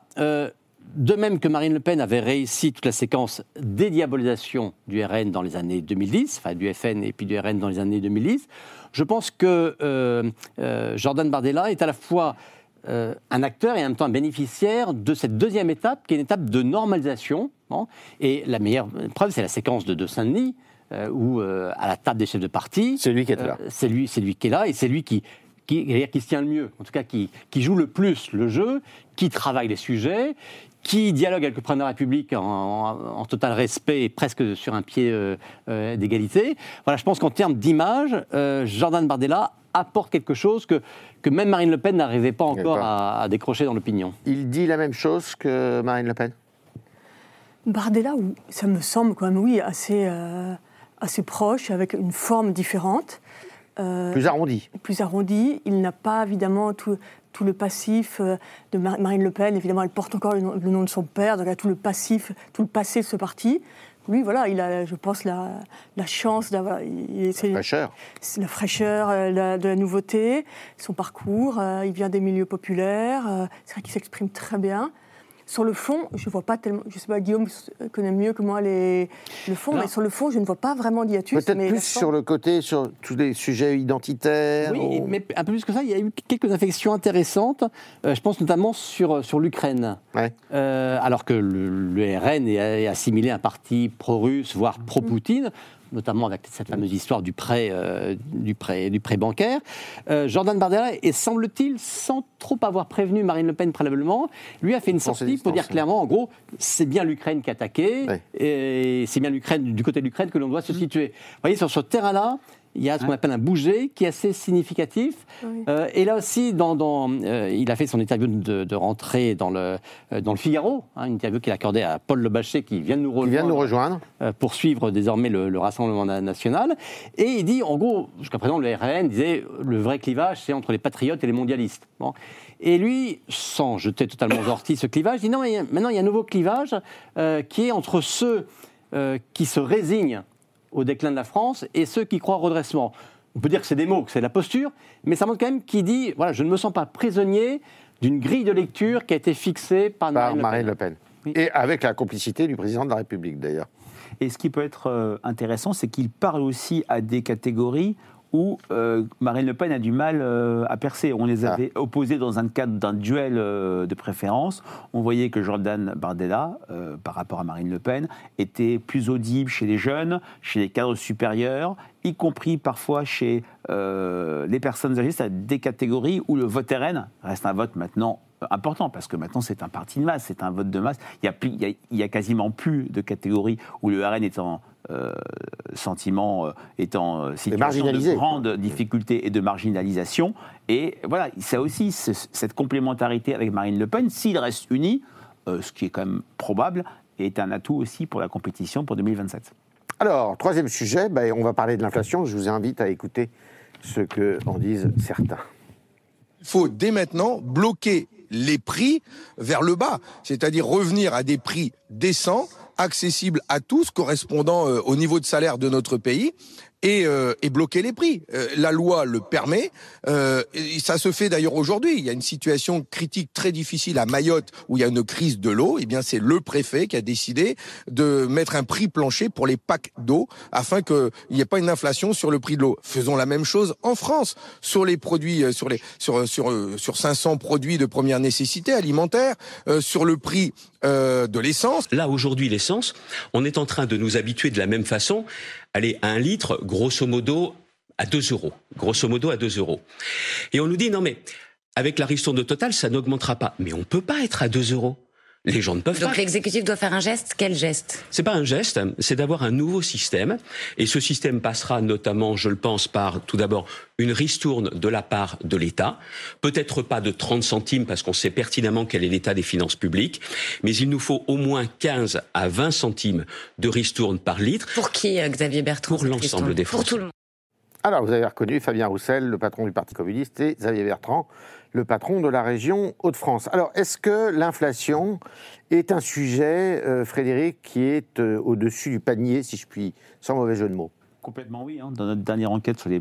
Speaker 5: de même que Marine Le Pen avait réussi toute la séquence dédiabolisation du RN dans les années 2010, enfin du FN et puis du RN dans les années 2010, je pense que Jordan Bardella est à la fois un acteur et en même temps un bénéficiaire de cette deuxième étape, qui est une étape de normalisation. Bon, et la meilleure preuve, c'est la séquence de Saint-Denis, où à la table des chefs de parti...
Speaker 3: C'est lui qui est là.
Speaker 5: C'est lui qui est là, et c'est lui qui se tient le mieux, en tout cas qui joue le plus le jeu, qui travaille les sujets, qui dialogue avec le président de la République en total respect et presque sur un pied d'égalité. Voilà, je pense qu'en termes d'image, Jordan Bardella apporte quelque chose que même Marine Le Pen n'arrivait pas encore à décrocher dans l'opinion.
Speaker 3: Il dit la même chose que Marine Le Pen ?
Speaker 6: Bardella, ça me semble quand même, oui, assez proche, avec une forme différente.
Speaker 3: Plus arrondi.
Speaker 6: Plus arrondi. Il n'a pas, évidemment, tout le passif de Marine Le Pen. Évidemment, elle porte encore le nom de son père, donc elle a tout le passif, tout le passé de ce parti. Lui, voilà, il a, je pense, la chance d'avoir... La fraîcheur de la nouveauté, son parcours. Il vient des milieux populaires. C'est vrai qu'il s'exprime très bien. Sur le fond, je ne vois pas tellement... Je ne sais pas, Guillaume connaît mieux que moi le fond, mais sur le fond, je ne vois pas vraiment d'hiatus.
Speaker 3: Peut-être plus sur le côté, sur tous les sujets identitaires.
Speaker 5: Oui, mais un peu plus que ça, il y a eu quelques inflexions intéressantes. Je pense notamment sur l'Ukraine. Ouais. Alors que le RN est assimilé à un parti pro-russe, voire pro-Poutine, notamment avec cette fameuse histoire du prêt bancaire. Jordan Bardella, et semble-t-il, sans trop avoir prévenu Marine Le Pen préalablement, lui a fait une sortie pour dire clairement, en gros, c'est bien l'Ukraine qui a attaqué, et c'est bien du côté de l'Ukraine que l'on doit se situer. Vous voyez, sur ce terrain-là, il y a ce qu'on appelle un bouger qui est assez significatif. Oui. Et là aussi, il a fait son interview de rentrée dans le Figaro, une interview qu'il a accordée à Paul Le Bachet, qui vient de nous rejoindre. Pour suivre désormais le Rassemblement national. Et il dit, en gros, jusqu'à présent, le RN disait le vrai clivage, c'est entre les patriotes et les mondialistes. Bon. Et lui, sans jeter totalement aux orties ce clivage, il dit non, maintenant il y a un nouveau clivage qui est entre ceux qui se résignent au déclin de la France et ceux qui croient au redressement. On peut dire que c'est des mots, que c'est de la posture, mais ça montre quand même qu'il dit, voilà, je ne me sens pas prisonnier d'une grille de lecture qui a été fixée par Marine Le Pen.
Speaker 3: Oui. Et avec la complicité du président de la République, d'ailleurs.
Speaker 1: Et ce qui peut être intéressant, c'est qu'il parle aussi à des catégories où Marine Le Pen a du mal à percer. On les avait opposés dans un cadre d'un duel de préférence. On voyait que Jordan Bardella, par rapport à Marine Le Pen, était plus audible chez les jeunes, chez les cadres supérieurs, y compris parfois chez les personnes âgées. C'est des catégories où le vote RN reste un vote maintenant important, parce que maintenant c'est un parti de masse, c'est un vote de masse. Il y a quasiment plus de catégories où le RN est en situation de grande difficulté et de marginalisation. Et voilà, ça aussi, cette complémentarité avec Marine Le Pen, s'il reste uni, ce qui est quand même probable, est un atout aussi pour la compétition pour 2027.
Speaker 3: Alors, troisième sujet, on va parler de l'inflation. Je vous invite à écouter ce qu'en disent certains.
Speaker 10: Il faut dès maintenant bloquer les prix vers le bas, c'est-à-dire revenir à des prix décents, accessibles à tous, correspondant au niveau de salaire de notre pays, et bloquer les prix. La loi le permet, et ça se fait d'ailleurs aujourd'hui. Il y a une situation critique très difficile à Mayotte où il y a une crise de l'eau. Eh bien, c'est le préfet qui a décidé de mettre un prix plancher pour les packs d'eau afin qu'il n'y ait pas une inflation sur le prix de l'eau. Faisons la même chose en France sur les produits, sur 500 produits de première nécessité alimentaire, sur le prix de l'essence.
Speaker 11: Là, aujourd'hui, l'essence, on est en train de nous habituer de la même façon. Allez, à 1 litre, grosso modo, à 2 euros. Grosso modo, à 2 euros. Et on nous dit, non mais, avec la ristourne de Total, ça n'augmentera pas. Mais on ne peut pas être à 2 euros. Les gens ne peuvent pas.
Speaker 12: Donc l'exécutif doit faire un geste. Quel geste ?
Speaker 11: C'est pas un geste, c'est d'avoir un nouveau système. Et ce système passera notamment, je le pense, par tout d'abord une ristourne de la part de l'État. Peut-être pas de 30 centimes parce qu'on sait pertinemment quel est l'état des finances publiques. Mais il nous faut au moins 15 à 20 centimes de ristourne par litre.
Speaker 12: Pour qui, Xavier Bertrand ?
Speaker 11: Pour l'ensemble des Français.
Speaker 12: Pour tout le monde.
Speaker 3: Alors, vous avez reconnu Fabien Roussel, le patron du Parti communiste, et Xavier Bertrand, le patron de la région Hauts-de-France. Alors, est-ce que l'inflation est un sujet, Frédéric, qui est au-dessus du panier, si je puis, sans mauvais jeu de mots ?
Speaker 1: Complètement oui. Dans notre dernière enquête sur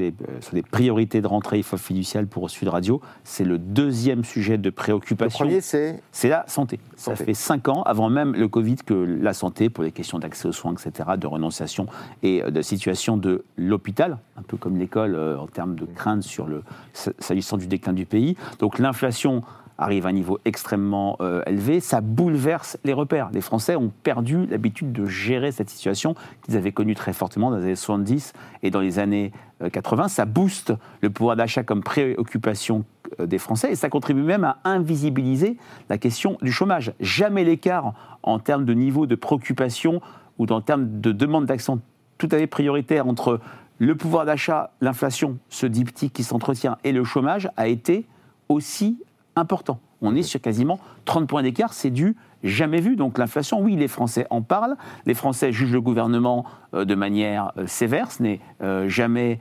Speaker 1: les priorités de rentrée IFOP fiduciale pour Sud Radio, c'est le deuxième sujet de préoccupation.
Speaker 3: Le premier, c'est
Speaker 1: la santé. Ça fait 5 ans, avant même le Covid, que la santé, pour les questions d'accès aux soins, etc., de renonciation et de situation de l'hôpital, un peu comme l'école en termes de crainte s'agissant du déclin du pays. Donc l'inflation arrive à un niveau extrêmement élevé, ça bouleverse les repères. Les Français ont perdu l'habitude de gérer cette situation qu'ils avaient connue très fortement dans les années 70 et dans les années 80. Ça booste le pouvoir d'achat comme préoccupation des Français et ça contribue même à invisibiliser la question du chômage. Jamais l'écart en termes de niveau de préoccupation ou en termes de demande d'action tout à fait prioritaire entre le pouvoir d'achat, l'inflation, ce diptyque qui s'entretient, et le chômage a été aussi important. On est sur quasiment 30 points d'écart, c'est du jamais vu. Donc l'inflation, oui, les Français en parlent, les Français jugent le gouvernement de manière sévère, ce n'est jamais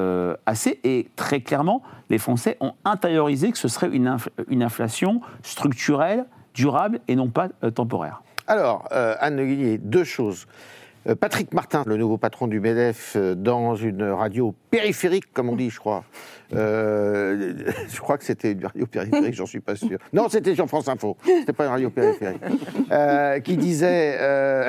Speaker 1: assez, et très clairement, les Français ont intériorisé que ce serait une inflation structurelle, durable et non pas temporaire.
Speaker 3: Alors, Anne Le Guillier, 2 choses. Patrick Martin, le nouveau patron du MEDEF, dans une radio périphérique, comme on dit, je crois. Je crois que c'était une radio périphérique, j'en suis pas sûr. Non, c'était sur France Info. C'était pas une radio périphérique. Qui disait,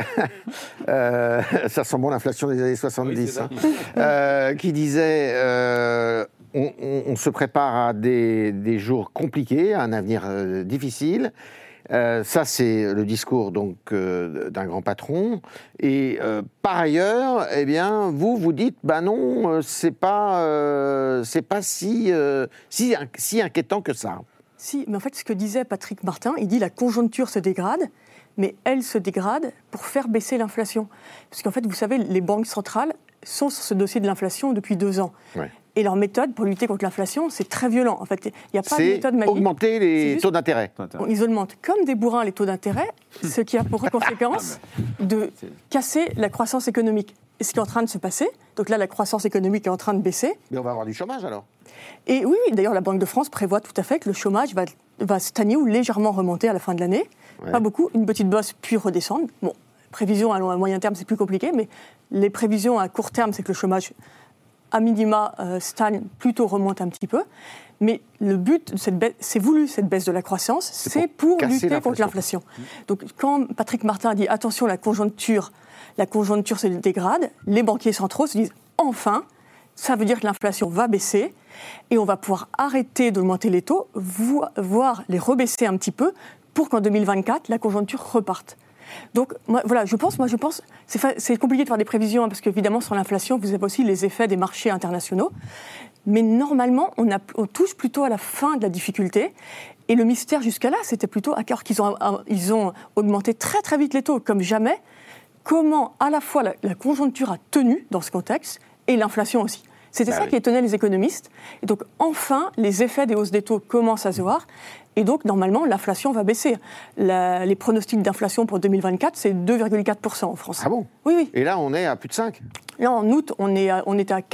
Speaker 3: ça sent bon l'inflation des années 70. Oui, qui disait, on se prépare à des jours compliqués, à un avenir difficile. Ça, c'est le discours donc d'un grand patron. Et par ailleurs, eh bien, vous dites, non, c'est pas si inquiétant que ça.
Speaker 6: Si, mais en fait, ce que disait Patrick Martin, il dit la conjoncture se dégrade, mais elle se dégrade pour faire baisser l'inflation. Parce qu'en fait, vous savez, les banques centrales sont sur ce dossier de l'inflation depuis 2 ans. Ouais. Et leur méthode pour lutter contre l'inflation, c'est très violent. En fait, il n'y a pas de méthode magique.
Speaker 3: C'est augmenter les taux d'intérêt.
Speaker 6: Ils augmentent comme des bourrins les taux d'intérêt, ce qui a pour conséquence de casser la croissance économique. Et ce qui est en train de se passer, donc là, la croissance économique est en train de baisser.
Speaker 3: Mais on va avoir du chômage alors.
Speaker 6: Et oui, d'ailleurs, la Banque de France prévoit tout à fait que le chômage va stagner ou légèrement remonter à la fin de l'année. Ouais. Pas beaucoup, une petite bosse, puis redescendre. Bon, prévision à moyen terme, c'est plus compliqué, mais les prévisions à court terme, c'est que le chômage à minima, stagne, plutôt remonte un petit peu. Mais le but de cette baisse, c'est voulu, cette baisse de la croissance, c'est pour lutter contre l'inflation. Donc quand Patrick Martin dit « attention, la conjoncture se dégrade », les banquiers centraux se disent « enfin, ça veut dire que l'inflation va baisser et on va pouvoir arrêter d'augmenter les taux, voire les rebaisser un petit peu pour qu'en 2024, la conjoncture reparte ». Donc, je pense, c'est compliqué de faire des prévisions, parce qu'évidemment, sur l'inflation, vous avez aussi les effets des marchés internationaux. Mais normalement, on touche plutôt à la fin de la difficulté. Et le mystère jusqu'à là, c'était plutôt, alors qu'ils ont augmenté très très vite les taux, comme jamais, comment à la fois la conjoncture a tenu dans ce contexte, et l'inflation aussi. C'était ça qui étonnait les économistes. Et donc, enfin, les effets des hausses des taux commencent à se voir. Et donc, normalement, l'inflation va baisser. Les pronostics d'inflation pour 2024, c'est 2,4% en France.
Speaker 3: Ah bon ?
Speaker 6: Oui.
Speaker 3: Et là, on est à plus de 5 ?
Speaker 6: Là, en août, on était à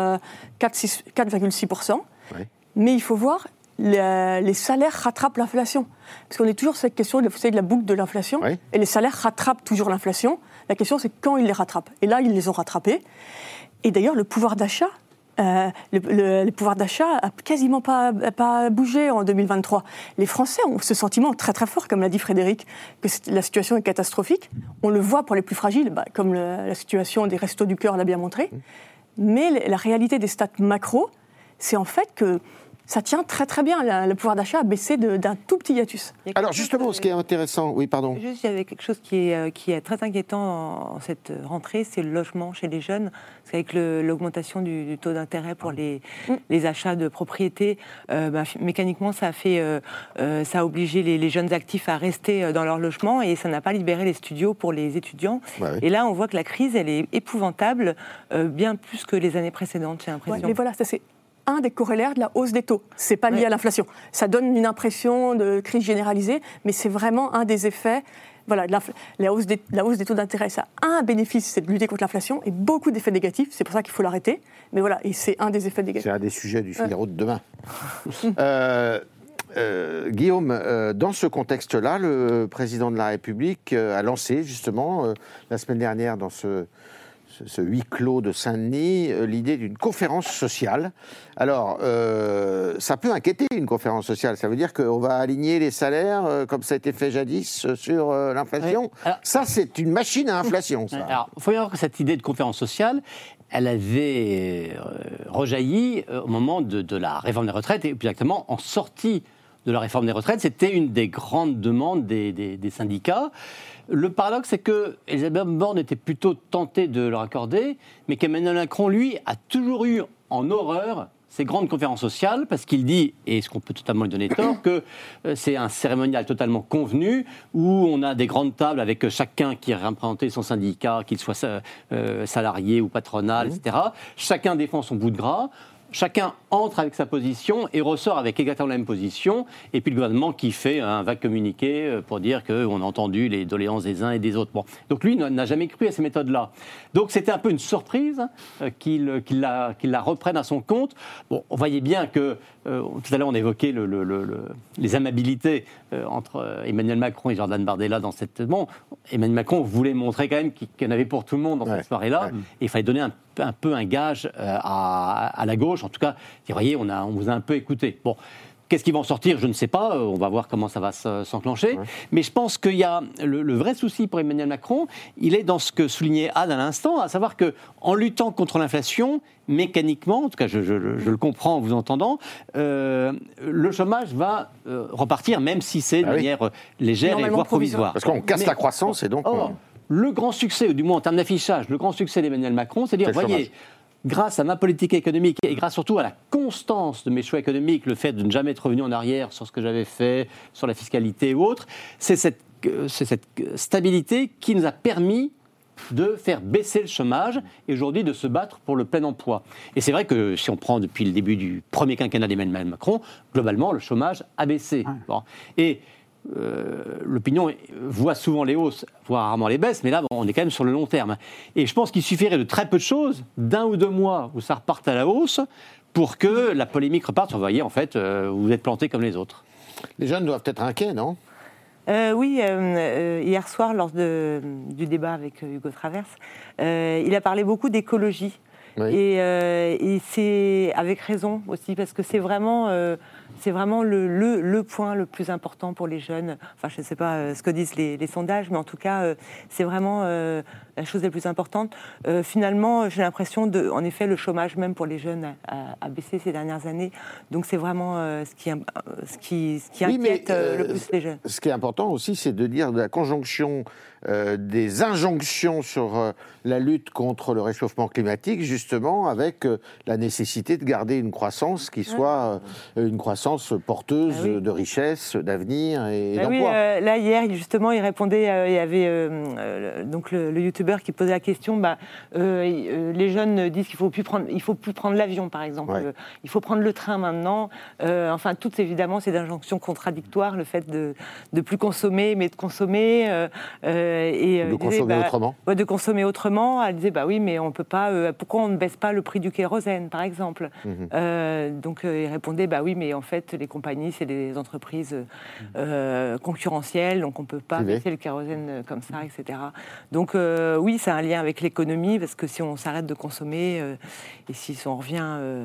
Speaker 6: 4,6%.
Speaker 3: Oui.
Speaker 6: Mais il faut voir, les salaires rattrapent l'inflation. Parce qu'on est toujours sur cette question de la boucle de l'inflation.
Speaker 3: Oui.
Speaker 6: Et les salaires rattrapent toujours l'inflation. La question, c'est quand ils les rattrapent. Et là, ils les ont rattrapés. Et d'ailleurs, le pouvoir d'achat, le pouvoir d'achat a quasiment pas bougé en 2023. Les Français ont ce sentiment très très fort, comme l'a dit Frédéric, que la situation est catastrophique. On le voit pour les plus fragiles, comme la situation des Restos du Cœur l'a bien montré. Mais la réalité des stats macro, c'est en fait que ça tient très très bien. Le pouvoir d'achat a baissé d'un tout petit hiatus.
Speaker 3: Alors justement, ce qui est intéressant, oui, pardon.
Speaker 4: Juste, il y avait quelque chose qui est très inquiétant en cette rentrée, c'est le logement chez les jeunes. Parce qu'avec l'augmentation du taux d'intérêt pour les achats de propriétés, mécaniquement, ça a obligé les jeunes actifs à rester dans leur logement et ça n'a pas libéré les studios pour les étudiants.
Speaker 3: Ouais, oui.
Speaker 4: Et là, on voit que la crise, elle est épouvantable, bien plus que les années précédentes, j'ai l'impression.
Speaker 6: Ouais, mais voilà, ça c'est un des corollaires de la hausse des taux. C'est pas lié à l'inflation. Ça donne une impression de crise généralisée, mais c'est vraiment un des effets. Voilà, la hausse des taux d'intérêt, ça a un bénéfice, c'est de lutter contre l'inflation, et beaucoup d'effets négatifs. C'est pour ça qu'il faut l'arrêter. Mais voilà, et c'est un des effets négatifs.
Speaker 3: C'est un des sujets du Figaro de demain. Guillaume, dans ce contexte-là, le président de la République a lancé justement la semaine dernière dans ce huis clos de Saint-Denis, l'idée d'une conférence sociale. Alors, ça peut inquiéter une conférence sociale. Ça veut dire qu'on va aligner les salaires, comme ça a été fait jadis, sur l'inflation.
Speaker 5: Oui. Alors,
Speaker 3: ça, c'est une machine à inflation, ça.
Speaker 5: Alors, il faut y voir que cette idée de conférence sociale, elle avait rejailli au moment de la réforme des retraites, et plus exactement en sortie de la réforme des retraites. C'était une des grandes demandes des syndicats. Le paradoxe, c'est que Elisabeth Borne était plutôt tentée de leur accorder, mais qu'Emmanuel Macron, lui, a toujours eu en horreur ces grandes conférences sociales, parce qu'il dit, et ce qu'on peut totalement lui donner tort, que c'est un cérémonial totalement convenu, où on a des grandes tables avec chacun qui a représenté son syndicat, qu'il soit salarié ou patronal, etc. Chacun défend son bout de gras. Chacun entre avec sa position et ressort avec exactement la même position. Et puis le gouvernement qui fait un vague communiqué pour dire qu'on a entendu les doléances des uns et des autres. Bon. Donc lui n'a jamais cru à ces méthodes-là. Donc c'était un peu une surprise qu'il la reprenne à son compte. Bon, on voyait bien que, tout à l'heure on évoquait les amabilités entre Emmanuel Macron et Jordan Bardella dans cette... Bon, Emmanuel Macron voulait montrer quand même qu'il y en avait pour tout le monde dans cette soirée-là. Ouais. Et il fallait donner un peu un gage à la gauche. En tout cas, vous voyez, on vous a un peu écouté. Bon, qu'est-ce qui va en sortir ? Je ne sais pas. On va voir comment ça va s'enclencher. Ouais. Mais je pense qu'il y a le vrai souci pour Emmanuel Macron, il est dans ce que soulignait Anne à l'instant, à savoir qu'en luttant contre l'inflation, mécaniquement, en tout cas je le comprends en vous entendant, le chômage va repartir, même si c'est de manière légère et voire provisoire.
Speaker 3: Parce qu'on casse la croissance et donc...
Speaker 5: Le grand succès, ou du moins en termes d'affichage, le grand succès d'Emmanuel Macron, c'est de dire, voyez, grâce à ma politique économique et grâce surtout à la constance de mes choix économiques, le fait de ne jamais être revenu en arrière sur ce que j'avais fait, sur la fiscalité ou autre, c'est cette stabilité qui nous a permis de faire baisser le chômage et aujourd'hui de se battre pour le plein emploi. Et c'est vrai que si on prend depuis le début du premier quinquennat d'Emmanuel Macron, globalement, le chômage a baissé. Ouais. Bon. Et l'opinion voit souvent les hausses, voire rarement les baisses, mais là, on est quand même sur le long terme. Et je pense qu'il suffirait de très peu de choses, d'1 ou 2 mois où ça reparte à la hausse, pour que la polémique reparte. Vous voyez, en fait, vous êtes plantés comme les autres.
Speaker 3: Les jeunes doivent être inquiets, non ?
Speaker 4: Oui, hier soir, lors du débat avec Hugo Traverse, il a parlé beaucoup d'écologie. Oui. Et c'est avec raison aussi, parce que c'est vraiment le point le plus important pour les jeunes. Enfin, je ne sais pas ce que disent les sondages, mais en tout cas, c'est vraiment la chose la plus importante. Finalement, j'ai l'impression, en effet, le chômage, même pour les jeunes, a baissé ces dernières années. Donc, c'est vraiment ce qui inquiète le plus les jeunes.
Speaker 3: Ce qui est important aussi, c'est de dire de la conjonction des injonctions sur la lutte contre le réchauffement climatique, justement, avec la nécessité de garder une croissance qui soit une croissance porteuse de richesse, d'avenir et d'emploi.
Speaker 4: Oui, là, hier, justement, il répondait, il y avait donc le youtubeur youtubeur qui posait la question, les jeunes disent qu'il ne faut plus prendre l'avion, par exemple.
Speaker 3: Ouais.
Speaker 4: Il faut prendre le train maintenant. Enfin, toutes, évidemment, c'est d'injonctions contradictoires, le fait de plus consommer, mais de consommer.
Speaker 3: De consommer autrement.
Speaker 4: Ouais, de consommer autrement. Elle disait, oui, mais on peut pas... pourquoi on ne baisse pas le prix du kérosène, par exemple? Donc, il répondait, oui, mais en fait, les compagnies, c'est des entreprises concurrentielles, donc on ne peut pas baisser le kérosène comme ça, etc. Donc, oui, c'est un lien avec l'économie, parce que si on s'arrête de consommer, et si on revient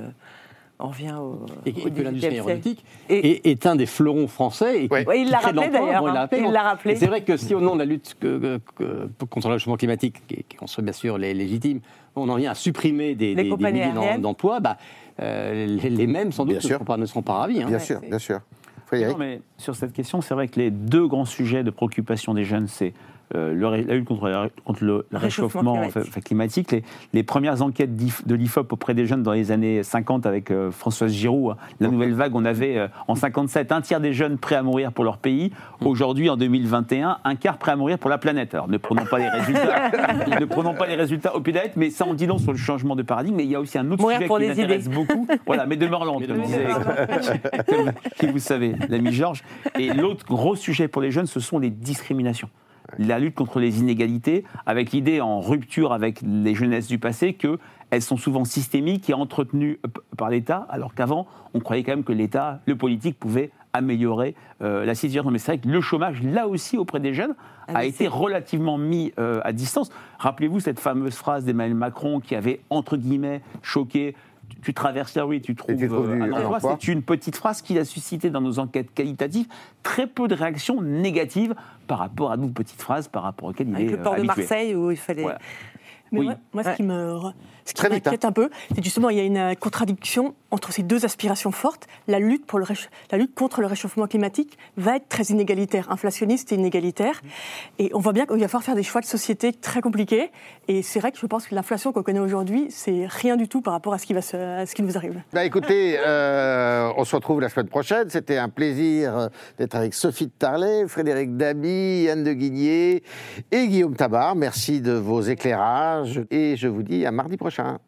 Speaker 5: et que l'industrie aéronautique est un des fleurons français.
Speaker 4: Il l'a rappelé d'ailleurs. Il l'a rappelé.
Speaker 5: C'est vrai que si au nom de la lutte contre le réchauffement climatique, qui est bien sûr légitime, on en vient à supprimer des milliers d'emplois, les mêmes sans doute ne seront pas ravis.
Speaker 3: Bien sûr.
Speaker 1: Non, mais sur cette question, c'est vrai que les deux grands sujets de préoccupation des jeunes, c'est la lutte contre le réchauffement climatique. Les premières enquêtes de l'IFOP auprès des jeunes dans les années 50 avec Françoise Giroud, la nouvelle vague, on avait en 57 un tiers des jeunes prêts à mourir pour leur pays. Aujourd'hui, en 2021, un quart prêt à mourir pour la planète. Alors ne prenons pas les résultats au pied de la lettre, mais ça en dit long sur le changement de paradigme. Mais il y a aussi un autre sujet qui m'intéresse beaucoup. Voilà, mais de Morland, comme disait, qui vous savez, l'ami Georges. Et l'autre gros sujet pour les jeunes, ce sont les discriminations. La lutte contre les inégalités, avec l'idée en rupture avec les jeunesses du passé qu'elles sont souvent systémiques et entretenues par l'État, alors qu'avant, on croyait quand même que l'État, le politique, pouvait améliorer la situation. Mais c'est vrai que le chômage, là aussi, auprès des jeunes, a été relativement mis à distance. Rappelez-vous cette fameuse phrase d'Emmanuel Macron qui avait, entre guillemets, choqué. Tu traverses la rue et tu trouves un emploi. C'est une petite phrase qui a suscité dans nos enquêtes qualitatives très peu de réactions négatives par rapport à nos petites phrases par rapport auxquelles il est habitué.
Speaker 4: Avec le port de Marseille où il fallait...
Speaker 6: Voilà. Mais moi, ce qui m'inquiète un peu, c'est justement il y a une contradiction entre ces deux aspirations fortes. La lutte contre le réchauffement climatique va être très inégalitaire, inflationniste et inégalitaire. Et on voit bien qu'il va falloir faire des choix de société très compliqués. Et c'est vrai que je pense que l'inflation qu'on connaît aujourd'hui, c'est rien du tout par rapport à ce qui nous arrive.
Speaker 3: Écoutez, on se retrouve la semaine prochaine. C'était un plaisir d'être avec Sophie de Tarlet, Frédéric Dabi, Anne de Guigné et Guillaume Tabar. Merci de vos éclairages et je vous dis à mardi prochain.